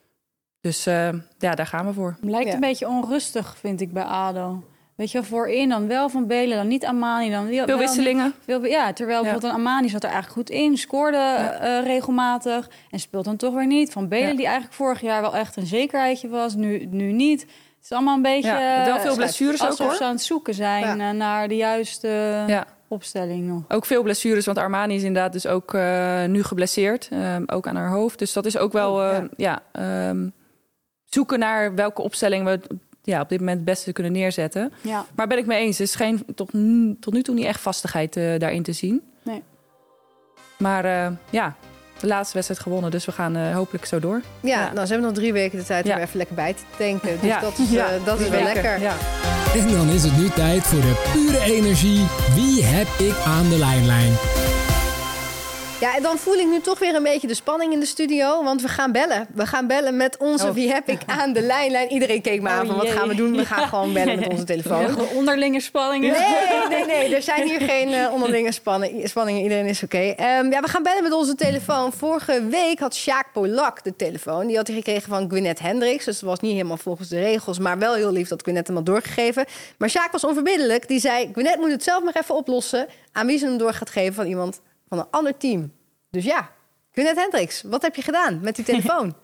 Dus uh, ja, daar gaan we voor. Het lijkt Ja. een beetje onrustig, vind ik, bij ADO. Weet je, voorin dan wel Van Belen, dan niet Amani. Dan wel, Veel wisselingen. Veel, ja, terwijl Ja. bijvoorbeeld een Amani zat er eigenlijk goed in. Scoorde Ja. uh, regelmatig en speelt dan toch weer niet. Van Belen, Ja. die eigenlijk vorig jaar wel echt een zekerheidje was, nu, nu niet. Het is allemaal een beetje... Ja, wel veel uh, blessures ook, alsof hoor. ze aan het zoeken zijn Ja. uh, naar de juiste Ja. opstelling nog. Ook veel blessures, want Armani is inderdaad dus ook uh, nu geblesseerd. Um, ook aan haar hoofd. Dus dat is ook wel uh, ja. Ja, um, zoeken naar welke opstelling we ja, op dit moment het beste kunnen neerzetten. Ja. Maar ben ik mee eens, er is geen, tot, tot nu toe niet echt vastigheid uh, daarin te zien. Nee. Maar uh, ja, de laatste wedstrijd gewonnen, dus we gaan uh, hopelijk zo door. Ja, Ja. nou, ze hebben nog drie weken de tijd Ja. om even lekker bij te denken. Dus Ja. dat is, uh, Ja, dat is wel zeker. lekker. Ja. En dan is het nu tijd voor de pure energie. Wie heb ik aan de lijnlijn? Ja, en dan voel ik nu toch weer een beetje de spanning in de studio. Want we gaan bellen. We gaan bellen met onze Oh. Wie heb ik aan de lijnlijn. Iedereen keek me aan Oh, van wat jee. gaan we doen? We gaan gewoon bellen met onze telefoon. De onderlinge spanningen. Nee, nee, nee. Er zijn hier geen uh, onderlinge spanning, spanningen. Iedereen is oké. Okay. Um, ja, we gaan bellen met onze telefoon. Vorige week had Sjaak Polak de telefoon. Die had hij gekregen van Gwyneth Hendricks. Dus dat was niet helemaal volgens de regels. Maar wel heel lief dat Gwyneth hem had doorgegeven. Maar Sjaak was onverbiddelijk. Die zei, Gwyneth moet het zelf maar even oplossen. Aan wie ze hem door gaat geven van iemand van een ander team. Dus ja, Gwyneth Hendricks, wat heb je gedaan met die telefoon?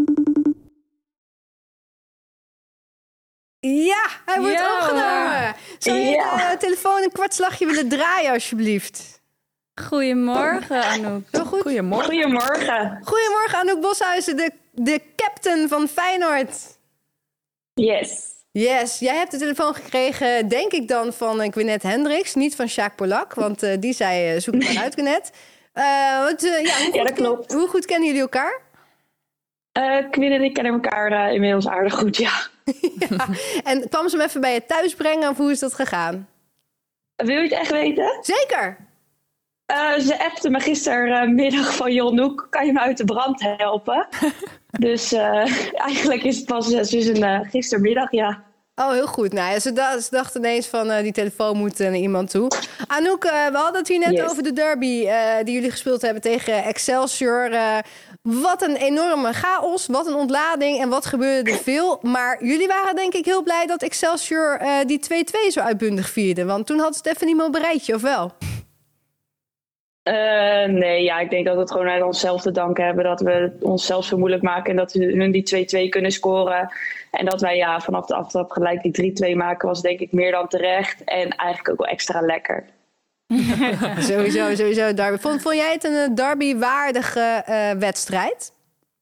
Ja, hij wordt Ja. opgenomen. Zou je Ja. de telefoon een kwartslagje willen draaien, alsjeblieft? Goedemorgen, Anouk. Zo goed. Goedemorgen. Goedemorgen. Goedemorgen, Anouk Boshuizen, de, de captain van Feyenoord. Yes. Yes, jij hebt de telefoon gekregen, denk ik dan, van uh, Gwyneth Hendricks. Niet van Sjaak Polak, want uh, die zei, uh, zoek het maar uit, Gwyneth. Uh, want, uh, ja, hoe Ja, goed dat klopt. Ken, hoe goed kennen jullie elkaar? Uh, Quinn en ik kennen elkaar uh, inmiddels aardig goed, ja. ja. En kwam ze hem even bij je thuis brengen of hoe is dat gegaan? Wil je het echt weten? Zeker. Uh, ze appte me gistermiddag van Jonnoek, kan je me uit de brand helpen? dus uh, eigenlijk is het pas dus een uh, gistermiddag, ja. Oh, heel goed. Nou, ja, ze, dacht, ze dacht ineens van uh, die telefoon moet uh, naar iemand toe. Anouk, uh, we hadden het hier net yes. over de derby uh, die jullie gespeeld hebben tegen Excelsior. Uh, wat een enorme chaos, wat een ontlading en wat gebeurde er veel. Maar jullie waren denk ik heel blij dat Excelsior uh, die twee-twee zo uitbundig vierde. Want toen had ze het even niet meer op een rijtje, of wel? Uh, nee, ja, ik denk dat we het gewoon aan onszelf te danken hebben. Dat we onszelf zo moeilijk maken en dat we hun die twee-twee kunnen scoren. En dat wij ja, vanaf de aftrap gelijk die drie-twee maken was denk ik meer dan terecht. En eigenlijk ook wel extra lekker. sowieso, sowieso. Derby. Vond, vond jij het een derby-waardige uh, wedstrijd?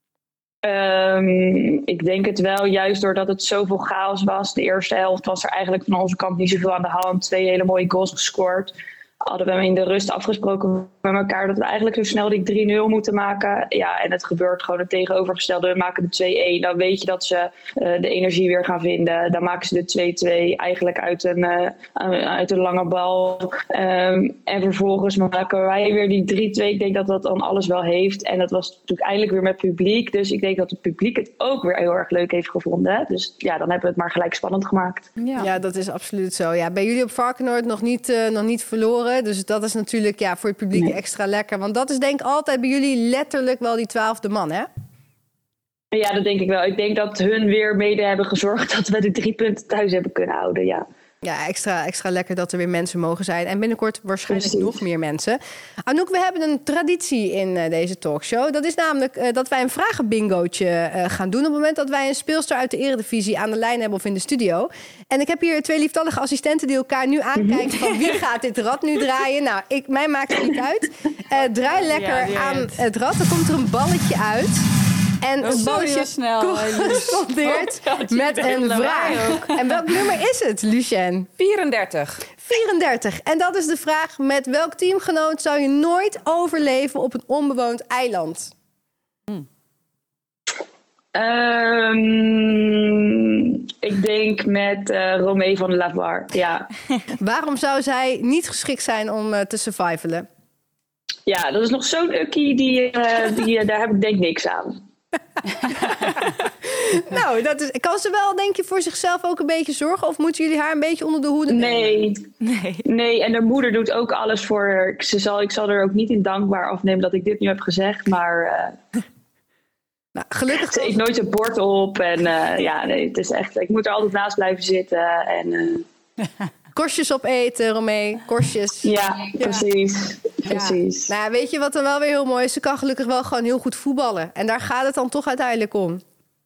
Um, ik denk het wel, juist doordat het zoveel chaos was. De eerste helft was er eigenlijk van onze kant niet zoveel aan de hand. Twee hele mooie goals gescoord. Hadden we in de rust afgesproken met elkaar dat we eigenlijk zo snel die drie-nul moeten maken. Ja, en het gebeurt gewoon het tegenovergestelde. We maken de twee-een. Dan weet je dat ze uh, de energie weer gaan vinden. Dan maken ze de twee-twee eigenlijk uit een, uh, uit een lange bal. Um, en vervolgens maken wij weer die drie-twee. Ik denk dat dat dan alles wel heeft. En dat was natuurlijk eindelijk weer met publiek. Dus ik denk dat het publiek het ook weer heel erg leuk heeft gevonden. Dus ja, dan hebben we het maar gelijk spannend gemaakt. Ja, ja dat is absoluut zo. Ja, bij jullie op Varkenoord nog niet, uh, nog niet verloren. Dus dat is natuurlijk ja, voor het publiek nee. extra lekker. Want dat is denk ik altijd bij jullie letterlijk wel die twaalfde man, hè? Ja, dat denk ik wel. Ik denk dat hun weer mede hebben gezorgd dat we de drie punten thuis hebben kunnen houden, ja. Ja, extra, extra lekker dat er weer mensen mogen zijn. En binnenkort waarschijnlijk Precies. nog meer mensen. Anouk, we hebben een traditie in uh, deze talkshow. Dat is namelijk uh, dat wij een vragenbingootje uh, gaan doen... op het moment dat wij een speelster uit de Eredivisie aan de lijn hebben of in de studio. En ik heb hier twee lieftallige assistenten die elkaar nu aankijken... van wie gaat dit rad nu draaien? Nou, ik, mij maakt het niet uit. Uh, draai lekker ja, aan het rad. Dan komt er een balletje uit... En het balletje correspondeert oh, met een vraag. En welk nummer is het, Lucien? vierendertig. vierendertig. En dat is de vraag: met welk teamgenoot zou je nooit overleven op een onbewoond eiland? Hmm. Um, ik denk met uh, Romee van de Lavoir. Ja. Waarom zou zij niet geschikt zijn om uh, te survivalen? Ja, dat is nog zo'n ukkie, die, uh, die, uh, daar heb ik denk niks aan. nou, dat is, kan ze wel, denk je, voor zichzelf ook een beetje zorgen? Of moeten jullie haar een beetje onder de hoede nee, nemen? Nee, nee. En haar moeder doet ook alles voor haar. Ze zal, ik zal er ook niet in dankbaar afnemen dat ik dit nu heb gezegd. Maar uh, nou, gelukkig ze eet nooit een bord op. En uh, ja, nee, het is echt... Ik moet er altijd naast blijven zitten. En... Uh, korstjes opeten, Romee. Korstjes. Ja, precies. Ja. precies. Nou, weet je wat dan wel weer heel mooi is? Ze kan gelukkig wel gewoon heel goed voetballen. En daar gaat het dan toch uiteindelijk om.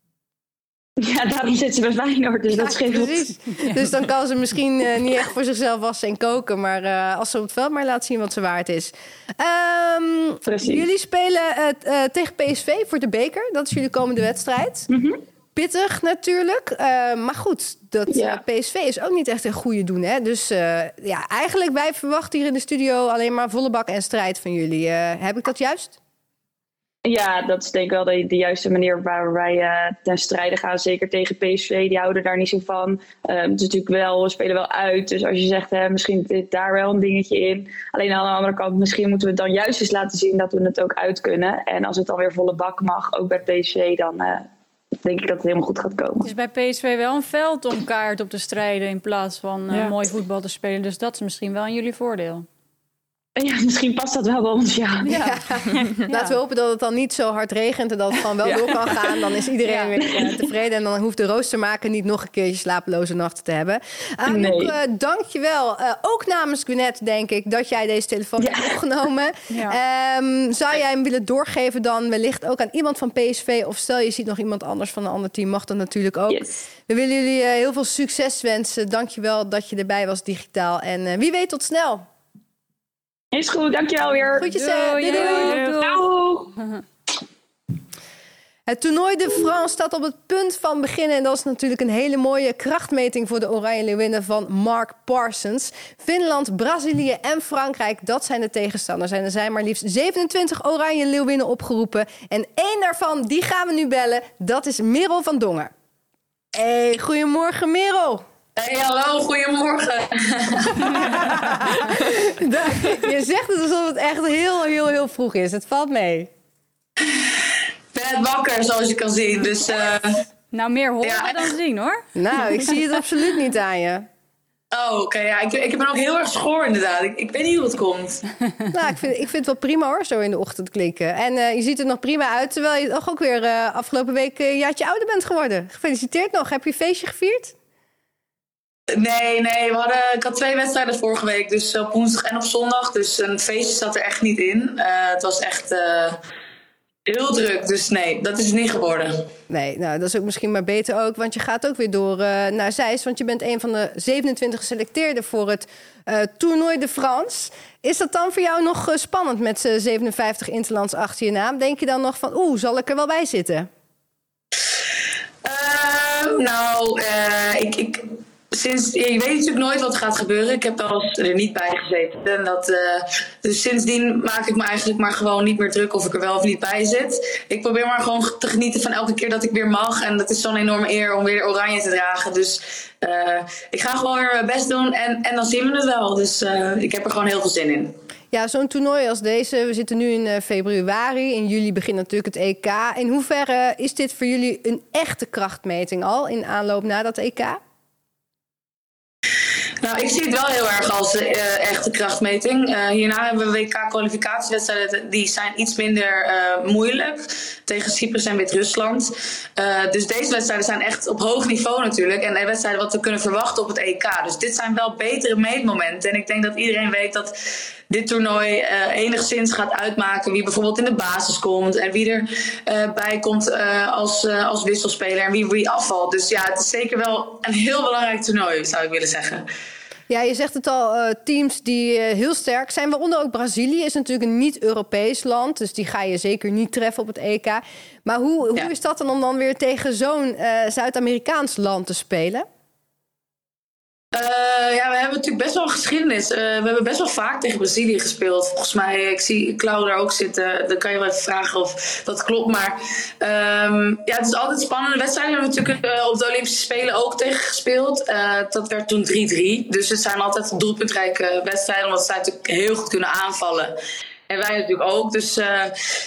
Ja, daarom zit ze bij Feyenoord, dus ja, dat scheelt. Precies. Dus dan kan ze misschien uh, niet echt voor zichzelf wassen en koken. Maar uh, als ze op het veld maar laat zien wat ze waard is. Um, jullie spelen uh, uh, tegen P S V voor de beker. Dat is jullie komende wedstrijd. Mm-hmm. Pittig natuurlijk. Uh, maar goed, dat ja. uh, P S V is ook niet echt een goede doen. Hè? Dus uh, ja, eigenlijk wij verwachten hier in de studio alleen maar volle bak en strijd van jullie. Uh, heb ik dat juist? Ja, dat is denk ik wel de, de juiste manier waar wij uh, ten strijde gaan. Zeker tegen P S V, die houden daar niet zo van. Uh, het is natuurlijk wel, we spelen wel uit. Dus als je zegt, hè, misschien zit daar wel een dingetje in. Alleen aan de andere kant, misschien moeten we het dan juist eens laten zien dat we het ook uit kunnen. En als het dan weer volle bak mag, ook bij P S V, dan... Uh, denk ik dat het helemaal goed gaat komen. Het is bij P S V wel een veld om kaart op te strijden... in plaats van uh, ja. mooi voetbal te spelen. Dus dat is misschien wel in jullie voordeel. Ja, misschien past dat wel bij ons, ja. ja. ja. Laten we hopen dat het dan niet zo hard regent... en dat het gewoon wel ja. door kan gaan. Dan is iedereen ja. weer uh, tevreden. En dan hoeft de roostermaker niet nog een keertje slapeloze nachten te hebben. Uh, nee. Ook, uh, dank je wel. Uh, ook namens Gwyneth, denk ik, dat jij deze telefoon ja. hebt opgenomen. Ja. Um, zou jij hem willen doorgeven dan wellicht ook aan iemand van P S V... of stel je ziet nog iemand anders van een ander team, mag dat natuurlijk ook. Yes. We willen jullie uh, heel veel succes wensen. Dank je wel dat je erbij was digitaal. En uh, wie weet tot snel. Is goed, dankjewel weer. Groetjes, doei, doei, doei, doei. doei. doei. Het toernooi de France staat op het punt van beginnen. En dat is natuurlijk een hele mooie krachtmeting voor de Oranje Leeuwinnen van Mark Parsons. Finland, Brazilië en Frankrijk, dat zijn de tegenstanders. En er zijn maar liefst zevenentwintig Oranje Leeuwinnen opgeroepen. En één daarvan, die gaan we nu bellen. Dat is Merel van Dongen. Hey, goedemorgen Merel. Hey, hallo, goedemorgen. Je zegt het alsof het echt heel, heel, heel vroeg is. Het valt mee. Ik ben net wakker, zoals je kan zien. Dus, uh... Nou, meer horen ja. dan zien, hoor. Nou, ik zie het absoluut niet aan je. Oh, oké. Okay, ja, ik, ik ben ook heel erg schoor, inderdaad. Ik, ik weet niet hoe het komt. Nou, ik vind, ik vind het wel prima, hoor, zo in de ochtend klinken. En uh, je ziet er nog prima uit, terwijl je toch ook weer uh, afgelopen week een jaartje ouder bent geworden. Gefeliciteerd nog. Heb je een feestje gevierd? Nee, nee. We hadden, ik had twee wedstrijden vorige week. Dus op woensdag en op zondag. Dus een feestje zat er echt niet in. Uh, het was echt uh, heel druk. Dus nee, dat is het niet geworden. Nee, nou, dat is ook misschien maar beter ook. Want je gaat ook weer door uh, naar Zeist. Want je bent een van de zevenentwintig geselecteerden voor het uh, Toernooi de France. Is dat dan voor jou nog uh, spannend met uh, zevenenvijftig interlands achter je naam? Denk je dan nog van, oeh, zal ik er wel bij zitten? Uh, nou, uh, ik... ik... Sinds, je weet natuurlijk nooit wat gaat gebeuren. Ik heb wel eens er niet bij gezeten. En dat, uh, dus sindsdien maak ik me eigenlijk maar gewoon niet meer druk of ik er wel of niet bij zit. Ik probeer maar gewoon te genieten van elke keer dat ik weer mag. En dat is zo'n enorme eer om weer de oranje te dragen. Dus uh, ik ga gewoon weer mijn best doen en, en dan zien we het wel. Dus uh, ik heb er gewoon heel veel zin in. Ja, zo'n toernooi als deze, we zitten nu in uh, februari. In juli begint natuurlijk het E K. In hoeverre is dit voor jullie een echte krachtmeting al in aanloop naar dat E K? Nou, ik zie het wel heel erg als uh, echte krachtmeting. Uh, hierna hebben we W K-kwalificatiewedstrijden. Die zijn iets minder uh, moeilijk. Tegen Cyprus en Wit-Rusland. Uh, dus deze wedstrijden zijn echt op hoog niveau natuurlijk. En de wedstrijden wat we kunnen verwachten op het E K. Dus dit zijn wel betere meetmomenten. En ik denk dat iedereen weet dat dit toernooi uh, enigszins gaat uitmaken wie bijvoorbeeld in de basis komt. En wie er uh, bij komt uh, als, uh, als wisselspeler. En wie wie afvalt. Dus ja, het is zeker wel een heel belangrijk toernooi, zou ik willen zeggen. Ja, je zegt het al, uh, teams die uh, heel sterk zijn. Waaronder ook Brazilië is natuurlijk een niet-Europees land. Dus die ga je zeker niet treffen op het E K. Maar hoe, hoe ja. is dat dan om dan weer tegen zo'n uh, Zuid-Amerikaans land te spelen? Uh, ja, we hebben natuurlijk best wel een geschiedenis. Uh, we hebben best wel vaak tegen Brazilië gespeeld. Volgens mij, ik zie Klauw daar ook zitten. Dan kan je wel even vragen of dat klopt. Maar um, ja, het is altijd spannende wedstrijden. We hebben natuurlijk uh, op de Olympische Spelen ook tegen gespeeld. Uh, dat werd toen drie drie. Dus het zijn altijd doelpuntrijke wedstrijden. Omdat zij natuurlijk heel goed kunnen aanvallen. En wij natuurlijk ook. Dus uh,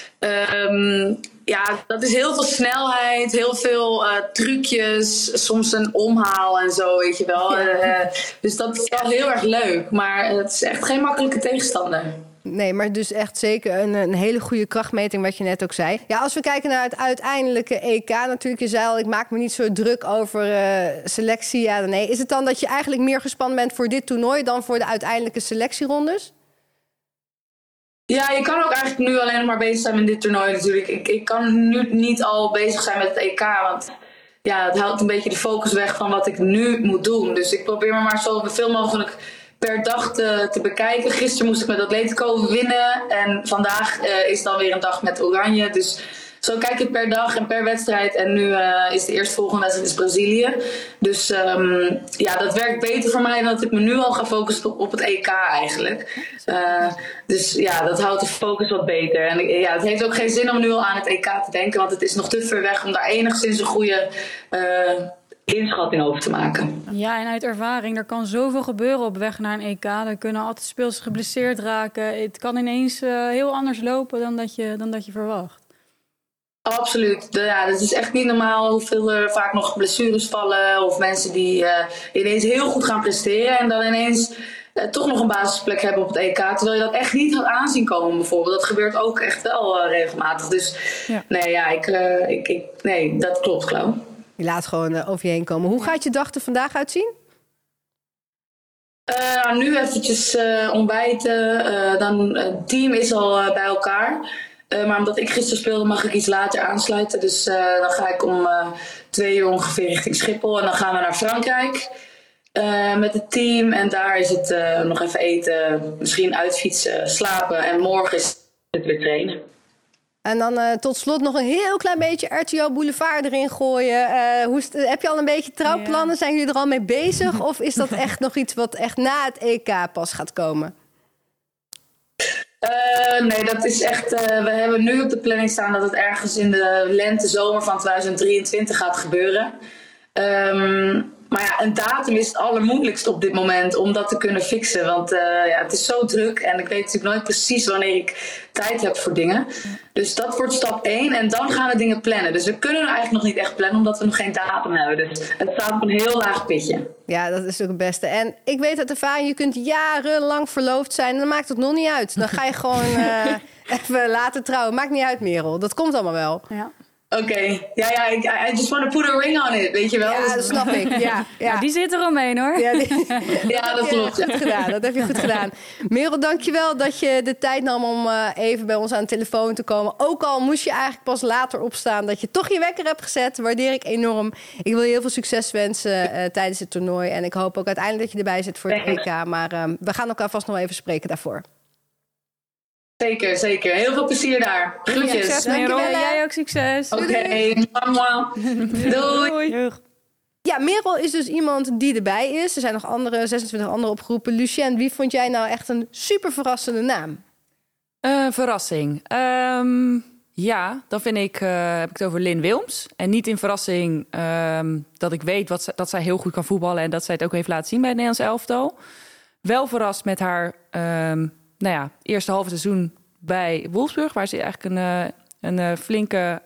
um, ja, dat is heel veel snelheid, heel veel uh, trucjes, soms een omhaal en zo, weet je wel. Uh, dus dat is wel heel erg leuk, maar het is echt geen makkelijke tegenstander. Nee, maar dus echt zeker een, een hele goede krachtmeting, wat je net ook zei. Ja, als we kijken naar het uiteindelijke E K, natuurlijk, je zei al, ik maak me niet zo druk over uh, selectie, ja nee. Is het dan dat je eigenlijk meer gespannen bent voor dit toernooi dan voor de uiteindelijke selectierondes? Ja, je kan ook eigenlijk nu alleen nog maar bezig zijn met dit toernooi natuurlijk. Ik, ik kan nu niet al bezig zijn met het E K, want ja, het haalt een beetje de focus weg van wat ik nu moet doen. Dus ik probeer me maar zoveel mogelijk per dag te, te bekijken. Gisteren moest ik met Atletico winnen en vandaag uh, is dan weer een dag met Oranje. Dus zo kijk ik per dag en per wedstrijd. En nu uh, is de eerstvolgende wedstrijd is Brazilië. Dus um, ja, dat werkt beter voor mij dan dat ik me nu al ga focussen op, op het E K eigenlijk. Uh, dus ja, dat houdt de focus wat beter. En ja, het heeft ook geen zin om nu al aan het E K te denken. Want het is nog te ver weg om daar enigszins een goede uh, inschatting over te maken. Ja, en uit ervaring, er kan zoveel gebeuren op weg naar een E K. Er kunnen altijd speelsters geblesseerd raken. Het kan ineens uh, heel anders lopen dan dat je, dan dat je verwacht. Absoluut. Ja, het is echt niet normaal hoeveel er vaak nog blessures vallen. Of mensen die uh, ineens heel goed gaan presteren. En dan ineens uh, toch nog een basisplek hebben op het E K. Terwijl je dat echt niet had aanzien komen bijvoorbeeld. Dat gebeurt ook echt wel uh, regelmatig. Dus ja. nee, ja, ik, uh, ik, ik, nee, dat klopt, Klauw. Je laat gewoon uh, over je heen komen. Hoe gaat je dag er vandaag uitzien? Uh, nu eventjes uh, ontbijten. Uh, dan uh, het team is al uh, bij elkaar. Uh, maar omdat ik gisteren speelde, mag ik iets later aansluiten. Dus uh, dan ga ik om uh, twee uur ongeveer richting Schiphol. En dan gaan we naar Frankrijk uh, met het team. En daar is het uh, nog even eten, misschien uitfietsen, slapen. En morgen is het weer trainen. En dan uh, tot slot nog een heel klein beetje R T O Boulevard erin gooien. Uh, hoe is het, heb je al een beetje trouwplannen? Ja. Zijn jullie er al mee bezig? Of is dat echt nog iets wat echt na het E K pas gaat komen? Uh, nee, dat is echt... Uh, we hebben nu op de planning staan dat het ergens in de lente, zomer van twintig drieëntwintig gaat gebeuren. Um, maar ja, een datum is het allermoeilijkst op dit moment om dat te kunnen fixen. Want uh, ja, het is zo druk en ik weet natuurlijk nooit precies wanneer ik tijd heb voor dingen. Dus dat wordt stap één en dan gaan we dingen plannen. Dus we kunnen er eigenlijk nog niet echt plannen omdat we nog geen datum hebben. Dus het staat op een heel laag pitje. Ja, dat is ook het beste. En ik weet uit ervaring, je kunt jarenlang verloofd zijn en dan maakt het nog niet uit. Dan ga je gewoon uh, even laten trouwen. Maakt niet uit, Merel. Dat komt allemaal wel. Ja. Oké, okay. ja, ja, ik I just want to put a ring on it, weet je wel. Ja, dat snap ik. Ja, ja. ja die zit er omheen, hoor. Ja, die, ja dat klopt. Goed gedaan. Dat heb je goed gedaan. Merel, dankjewel dat je de tijd nam om uh, even bij ons aan de telefoon te komen. Ook al moest je eigenlijk pas later opstaan, dat je toch je wekker hebt gezet. Waardeer ik enorm. Ik wil je heel veel succes wensen uh, tijdens het toernooi. En ik hoop ook uiteindelijk dat je erbij zit voor het E K. Maar uh, we gaan elkaar vast nog even spreken daarvoor. Zeker, zeker. Heel veel plezier daar. Groetjes. Succes, Merel. Jij ook succes. Oké, okay. Doei. Doei. Doei. Ja, Merel is dus iemand die erbij is. Er zijn nog andere, zesentwintig andere opgeroepen. Lucien, wie vond jij nou echt een super verrassende naam? Uh, verrassing. Um, ja, dan vind ik, uh, heb ik het over Lynn Wilms. En niet in verrassing um, dat ik weet wat ze, dat zij heel goed kan voetballen en dat zij het ook heeft laten zien bij het Nederlands elftal. Wel verrast met haar... Um, Nou ja, eerste halve seizoen bij Wolfsburg, waar ze eigenlijk een, een, een flinke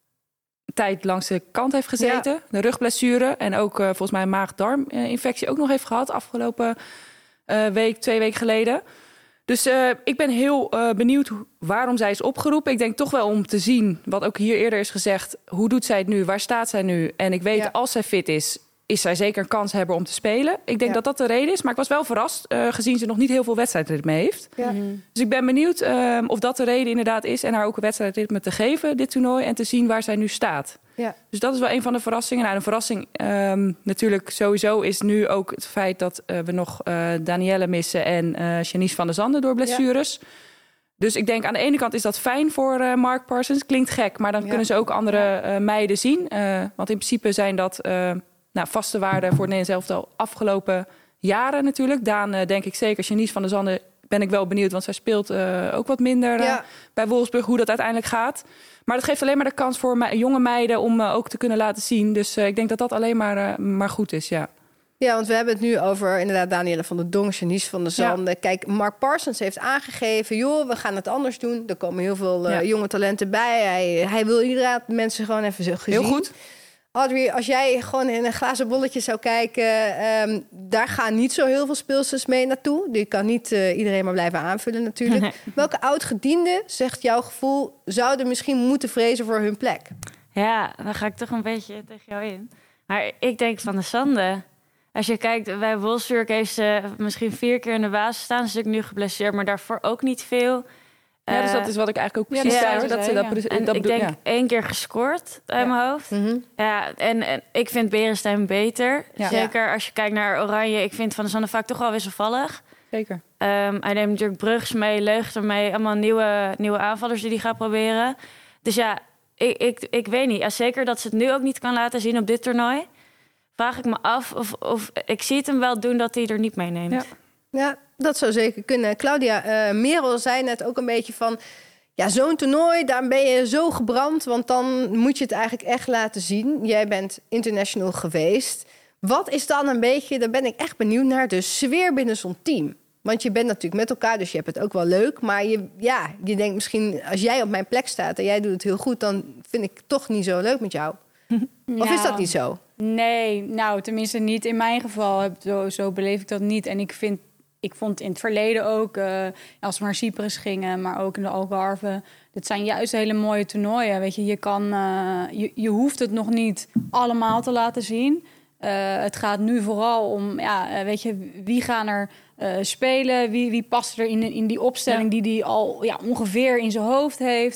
tijd langs de kant heeft gezeten. Ja. De rugblessure en ook uh, volgens mij een maag-darm-infectie ook nog heeft gehad afgelopen uh, week, twee weken geleden. Dus uh, ik ben heel uh, benieuwd waarom zij is opgeroepen. Ik denk toch wel om te zien, wat ook hier eerder is gezegd, hoe doet zij het nu, waar staat zij nu? En ik weet, ja. als zij fit is, is zij zeker een kans hebben om te spelen. Ik denk ja. dat dat de reden is. Maar ik was wel verrast, uh, gezien ze nog niet heel veel wedstrijdritme heeft. Ja. Mm-hmm. Dus ik ben benieuwd uh, of dat de reden inderdaad is. En haar ook een wedstrijdritme te geven, dit toernooi. En te zien waar zij nu staat. Ja. Dus dat is wel een van de verrassingen. Nou, een verrassing um, natuurlijk sowieso is nu ook het feit dat uh, we nog uh, Danielle missen en uh, Janice van der Zanden door blessures. Ja. Dus ik denk aan de ene kant is dat fijn voor uh, Mark Parsons. Klinkt gek, maar dan ja. kunnen ze ook andere uh, meiden zien. Uh, want in principe zijn dat... Uh, Nou, vaste waarden voor het Nederlands elftal afgelopen jaren natuurlijk. Daan, uh, denk ik zeker. Janice van der Zanden ben ik wel benieuwd, want zij speelt uh, ook wat minder uh, ja. bij Wolfsburg, hoe dat uiteindelijk gaat. Maar dat geeft alleen maar de kans voor me- jonge meiden om uh, ook te kunnen laten zien. Dus uh, ik denk dat dat alleen maar, uh, maar goed is, ja. Ja, want we hebben het nu over inderdaad Danielle van der Donk, Janice van der Zanden. Ja. Kijk, Mark Parsons heeft aangegeven, joh, we gaan het anders doen. Er komen heel veel uh, ja. jonge talenten bij. Hij, hij wil inderdaad mensen gewoon even zo gezien. Heel goed. Audrey, als jij gewoon in een glazen bolletje zou kijken, um, daar gaan niet zo heel veel speelsters mee naartoe. Die kan niet uh, iedereen maar blijven aanvullen natuurlijk. Welke oud-gedienden, zegt jouw gevoel, zouden misschien moeten vrezen voor hun plek? Ja, dan ga ik toch een beetje tegen jou in. Maar ik denk Van der Zanden. Als je kijkt, bij Wolfsburg heeft ze misschien vier keer in de basis staan. Ze is ook nu geblesseerd, maar daarvoor ook niet veel. Ja, dus dat is wat ik eigenlijk ook precies ja, zei. Dat, ja. dat, dat, en dat ik denk ja. één keer gescoord uit ja. mijn hoofd. Mm-hmm. Ja, en, en ik vind Beresteyn beter. Ja. Zeker als je kijkt naar Oranje. Ik vind Van der Zanden vaak toch wel wisselvallig. Zeker. Um, hij neemt natuurlijk Brugs mee, Leugter mee. Allemaal nieuwe, nieuwe aanvallers die hij gaat proberen. Dus ja, ik, ik, ik weet niet. Ja, zeker dat ze het nu ook niet kan laten zien op dit toernooi. Vraag ik me af of, of ik zie het hem wel doen dat hij er niet meeneemt. Ja. Ja, dat zou zeker kunnen. Claudia, uh, Merel zei net ook een beetje van... ja, zo'n toernooi, daar ben je zo gebrand... want dan moet je het eigenlijk echt laten zien. Jij bent international geweest. Wat is dan een beetje, daar ben ik echt benieuwd naar... de sfeer binnen zo'n team? Want je bent natuurlijk met elkaar, dus je hebt het ook wel leuk. Maar je, ja, je denkt misschien, als jij op mijn plek staat... en jij doet het heel goed, dan vind ik het toch niet zo leuk met jou. Nou, of is dat niet zo? Nee, nou, tenminste niet in mijn geval. Zo, zo beleef ik dat niet. En ik vind... Ik vond in het verleden ook, uh, als we naar Cyprus gingen, maar ook in de Algarve. Dit zijn juist hele mooie toernooien. Weet je, je, kan, uh, je, je hoeft het nog niet allemaal te laten zien. Uh, het gaat nu vooral om, ja, uh, weet je, wie gaan er uh, spelen? Wie, wie past er in, in die opstelling ja. die hij al ja, ongeveer in zijn hoofd heeft?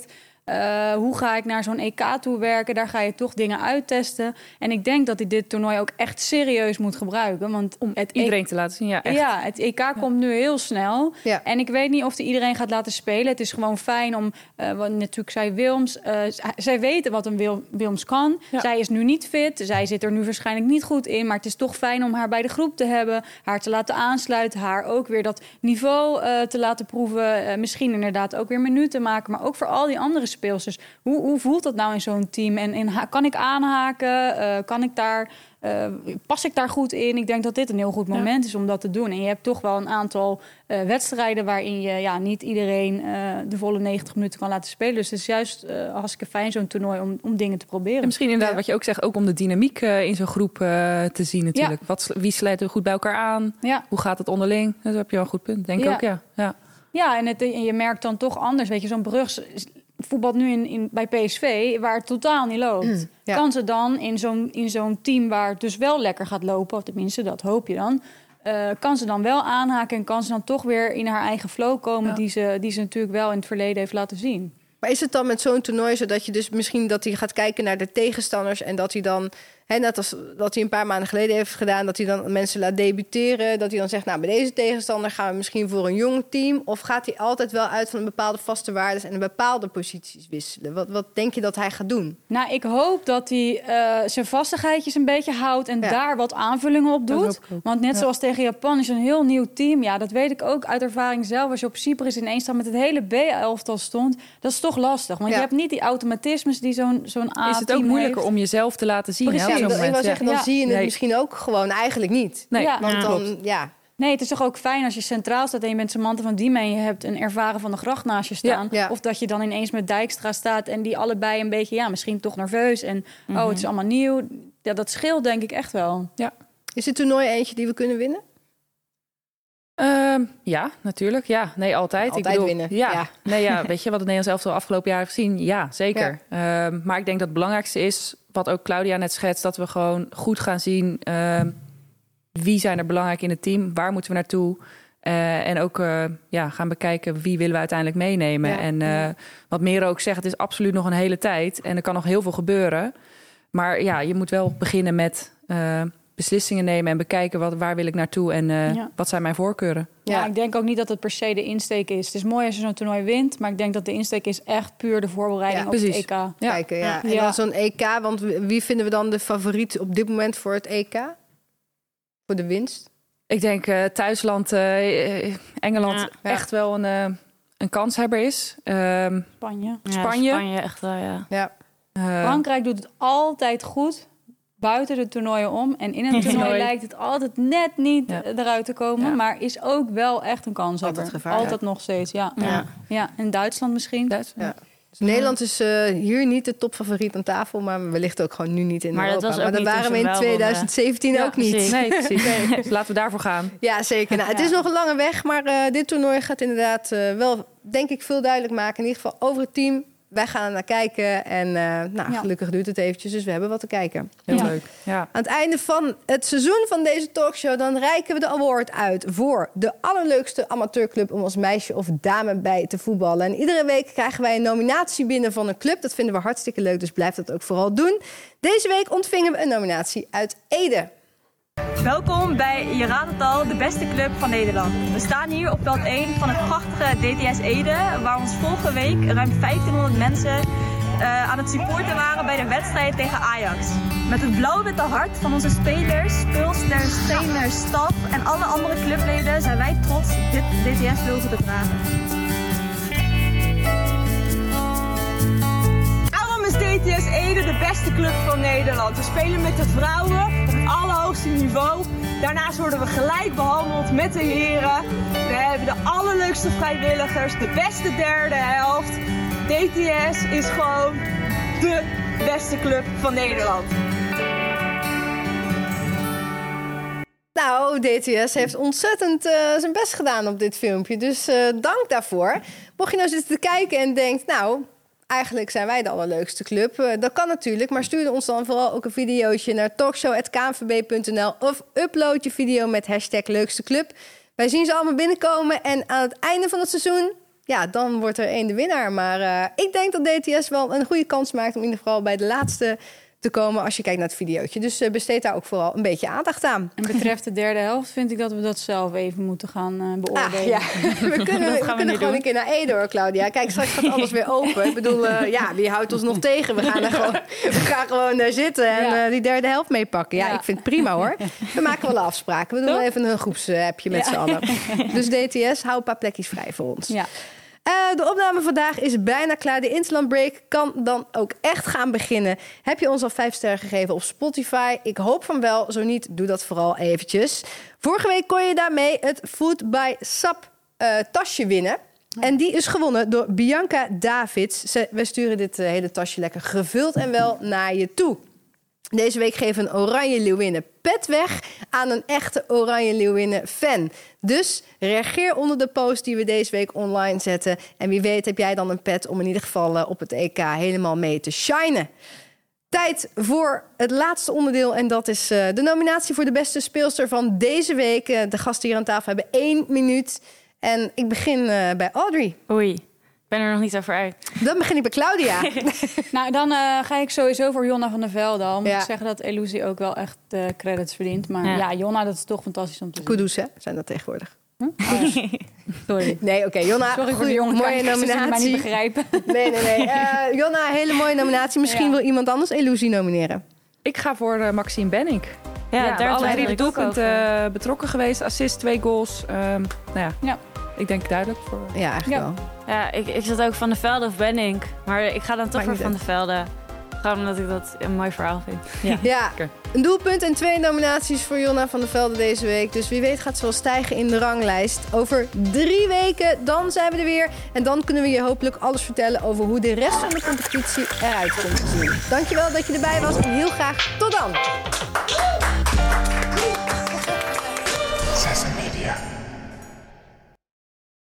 Uh, hoe ga ik naar zo'n E K toe werken? Daar ga je toch dingen uittesten. En ik denk dat hij dit toernooi ook echt serieus moet gebruiken. Want om het iedereen e- te laten zien, ja, echt. Ja, het E K ja. komt nu heel snel. Ja. En ik weet niet of hij iedereen gaat laten spelen. Het is gewoon fijn om, uh, wat natuurlijk zei Wilms... Uh, zij weten wat een Wil- Wilms kan. Ja. Zij is nu niet fit. Zij zit er nu waarschijnlijk niet goed in. Maar het is toch fijn om haar bij de groep te hebben. Haar te laten aansluiten. Haar ook weer dat niveau uh, te laten proeven. Uh, misschien inderdaad ook weer minuten maken. Maar ook voor al die andere speelsters. Hoe, hoe voelt dat nou in zo'n team? En, en ha- kan ik aanhaken? Uh, kan ik daar... Uh, pas ik daar goed in? Ik denk dat dit een heel goed moment ja. is om dat te doen. En je hebt toch wel een aantal uh, wedstrijden... waarin je ja, niet iedereen uh, de volle negentig minuten kan laten spelen. Dus het is juist uh, hartstikke fijn zo'n toernooi om, om dingen te proberen. En misschien inderdaad ja. wat je ook zegt... ook om de dynamiek uh, in zo'n groep uh, te zien natuurlijk. Ja. Wat, wie sluit er goed bij elkaar aan? Ja. Hoe gaat het onderling? Dat heb je wel een goed punt, denk ik ja. ook, ja. Ja, ja en, het, en je merkt dan toch anders. Weet je, zo'n Brugge voetbalt nu in, in, bij P S V waar het totaal niet loopt. Mm, ja. Kan ze dan in zo'n, in zo'n team waar het dus wel lekker gaat lopen... of tenminste, dat hoop je dan... Uh, kan ze dan wel aanhaken en kan ze dan toch weer in haar eigen flow komen... Ja. Die, ze, die ze natuurlijk wel in het verleden heeft laten zien. Maar is het dan met zo'n toernooi zo dat je dus misschien... dat hij gaat kijken naar de tegenstanders en dat hij dan... Hè, net als dat hij een paar maanden geleden heeft gedaan... dat hij dan mensen laat debuteren. Dat hij dan zegt, nou, bij deze tegenstander gaan we misschien voor een jong team. Of gaat hij altijd wel uit van een bepaalde vaste waarden... en een bepaalde posities wisselen? Wat, wat denk je dat hij gaat doen? Nou, ik hoop dat hij uh, zijn vastigheidjes een beetje houdt... en ja. daar wat aanvullingen op doet. Want net ja. zoals tegen Japan is een heel nieuw team. Ja, dat weet ik ook uit ervaring zelf. Als je op Cyprus ineens dan met het hele B-elftal stond... dat is toch lastig. Want ja. je hebt niet die automatismes die zo'n, zo'n A-team Is het ook moeilijker heeft. Om jezelf te laten zien? Precies. Ja, ik wil zeggen, dan ja. zie je het nee. misschien ook gewoon eigenlijk niet. Nee, ja. Want dan, ja. Nee, het is toch ook fijn als je centraal staat... en je bent Samantha van Diemen en je hebt een ervaren Van de Gracht naast je staan. Ja. Ja. Of dat je dan ineens met Dijkstra staat... en die allebei een beetje, ja, misschien toch nerveus. En mm-hmm. oh, het is allemaal nieuw. Ja, dat scheelt denk ik echt wel. Ja. Is dit toernooi eentje die we kunnen winnen? Uh, ja, natuurlijk. Ja, nee, altijd. Altijd ik bedoel, winnen. Ja, ja. Nee, ja, weet je wat het Nederlands elftal afgelopen jaar heeft gezien? Ja, zeker. Ja. Uh, maar ik denk dat het belangrijkste is, wat ook Claudia net schetst... dat we gewoon goed gaan zien uh, wie zijn er belangrijk in het team, waar moeten we naartoe... Uh, en ook uh, ja, gaan bekijken wie willen we uiteindelijk meenemen. Ja. En uh, wat Merel ook zegt, het is absoluut nog een hele tijd en er kan nog heel veel gebeuren. Maar ja, je moet wel beginnen met... Uh, beslissingen nemen en bekijken wat, waar wil ik naartoe en uh, ja. wat zijn mijn voorkeuren. Ja, ja, ik denk ook niet dat het per se de insteek is. Het is mooi als je zo'n toernooi wint, maar ik denk dat de insteek is echt puur de voorbereiding ja, op het E K. Ja. Kijken, ja. En ja. dan zo'n E K, want wie vinden we dan de favoriet op dit moment voor het E K? Voor de winst? Ik denk uh, thuisland, uh, Engeland ja. echt wel een, uh, een kanshebber is. Um, Spanje. Spanje. Ja, Spanje echt wel, ja. ja. Uh, Frankrijk doet het altijd goed. Buiten de toernooien om. En in een toernooi lijkt het altijd net niet ja. eruit te komen. Ja. Maar is ook wel echt een kans. Altijd gevaar. Altijd ja. nog steeds, ja. ja. ja. ja. En Duitsland misschien. Duitsland. Ja. Dus Nederland is uh, hier niet de topfavoriet aan tafel. Maar wellicht ook gewoon nu niet in maar Europa. Dat was maar dat waren we in twintig zeventien ja, ook niet. Precies. Nee, precies. Nee. Dus laten we daarvoor gaan. Ja, zeker. Nou, het is ja. nog een lange weg. Maar uh, dit toernooi gaat inderdaad uh, wel, denk ik, veel duidelijk maken. In ieder geval over het team. Wij gaan er naar kijken en uh, nou, ja. gelukkig duurt het eventjes, dus we hebben wat te kijken. Heel ja. leuk. Ja. Aan het einde van het seizoen van deze talkshow... dan reiken we de award uit voor de allerleukste amateurclub... om als meisje of dame bij te voetballen. En iedere week krijgen wij een nominatie binnen van een club. Dat vinden we hartstikke leuk, dus blijf dat ook vooral doen. Deze week ontvingen we een nominatie uit Ede. Welkom bij, je raadt het al, de beste club van Nederland. We staan hier op veld één van het prachtige D T S Ede... waar ons vorige week ruim vijftienhonderd mensen uh, aan het supporten waren... bij de wedstrijd tegen Ajax. Met het blauw-witte hart van onze spelers, speelsters, trainers, staf... en alle andere clubleden zijn wij trots dit D T S-logo te dragen. D T S Ede de beste club van Nederland. We spelen met de vrouwen op het allerhoogste niveau. Daarnaast worden we gelijk behandeld met de heren. We hebben de allerleukste vrijwilligers, de beste derde helft. D T S is gewoon de beste club van Nederland. Nou, D T S heeft ontzettend uh, zijn best gedaan op dit filmpje. Dus uh, dank daarvoor. Mocht je nou zitten te kijken en denkt, nou... eigenlijk zijn wij de allerleukste club. Uh, dat kan natuurlijk, maar stuur ons dan vooral ook een videootje naar talkshow at k n v b punt n l of upload je video met hashtag leukste club. Wij zien ze allemaal binnenkomen en aan het einde van het seizoen ja, dan wordt er één de winnaar. Maar uh, ik denk dat D T S wel een goede kans maakt om in ieder geval bij de laatste te komen als je kijkt naar het videootje. Dus uh, besteed daar ook vooral een beetje aandacht aan. En betreft de derde helft vind ik dat we dat zelf even moeten gaan uh, beoordelen. Ah, ja. We kunnen, we we kunnen gewoon doen. een keer naar Ede hoor, Claudia. Kijk, straks gaat alles weer open. Ik bedoel, uh, ja, wie houdt ons nog tegen? We gaan er gewoon, we gaan gewoon daar zitten en ja. uh, die derde helft meepakken. Ja, ja, ik vind het prima hoor. We maken wel afspraken. We doen wel even een groepsappje met ja. z'n allen. Dus D T S, hou een paar plekjes vrij voor ons. Ja. Uh, de opname vandaag is bijna klaar. De Interland Break kan dan ook echt gaan beginnen. Heb je ons al vijf sterren gegeven op Spotify? Ik hoop van wel. Zo niet, doe dat vooral eventjes. Vorige week kon je daarmee het Food by Sap uh, tasje winnen. En die is gewonnen door Bianca Davids. Ze, we sturen dit uh, hele tasje lekker gevuld en wel naar je toe. Deze week geven we een Oranje Leeuwinnen pet weg aan een echte Oranje Leeuwinnen fan. Dus reageer onder de post die we deze week online zetten. En wie weet heb jij dan een pet om in ieder geval op het E K helemaal mee te shinen. Tijd voor het laatste onderdeel en dat is uh, de nominatie voor de beste speelster van deze week. Uh, de gasten hier aan tafel hebben één minuut. En ik begin uh, bij Audrey. Oei. Ik ben er nog niet over uit. Dan begin ik bij Claudia. Nou, dan uh, ga ik sowieso voor Jonna van der Velde. Al moet ja. ik zeggen dat Elusi ook wel echt uh, credits verdient. Maar ja. ja, Jonna, dat is toch fantastisch om te zien. Kudos, hè? Zijn dat tegenwoordig. Hm? Oh, ja. Sorry. Nee, oké. Okay, Jonna, Sorry voor de jongen. Mooie nominatie. mij niet begrijpen. Nee, nee, nee. Uh, Jonna, hele mooie nominatie. Misschien ja. wil iemand anders Elusi nomineren. Ik ga voor uh, Maxime Benink. Ja, ja daar alle drie de doelpunten uh, betrokken geweest. Assist, twee goals. Um, nou ja. ja. Ik denk duidelijk voor... Ja, eigenlijk ja. wel. Ja, ik, ik zat ook Van der Velde of Benink. Maar ik ga dan toch voor Van der Velde. Gewoon omdat ik dat een mooi verhaal vind. Ja, ja. Een doelpunt en twee nominaties voor Jonna van der Velde deze week. Dus wie weet gaat ze wel stijgen in de ranglijst. Over drie weken, dan zijn we er weer. En dan kunnen we je hopelijk alles vertellen over hoe de rest van de competitie eruit komt te zien. Dankjewel dat je erbij was en heel graag tot dan.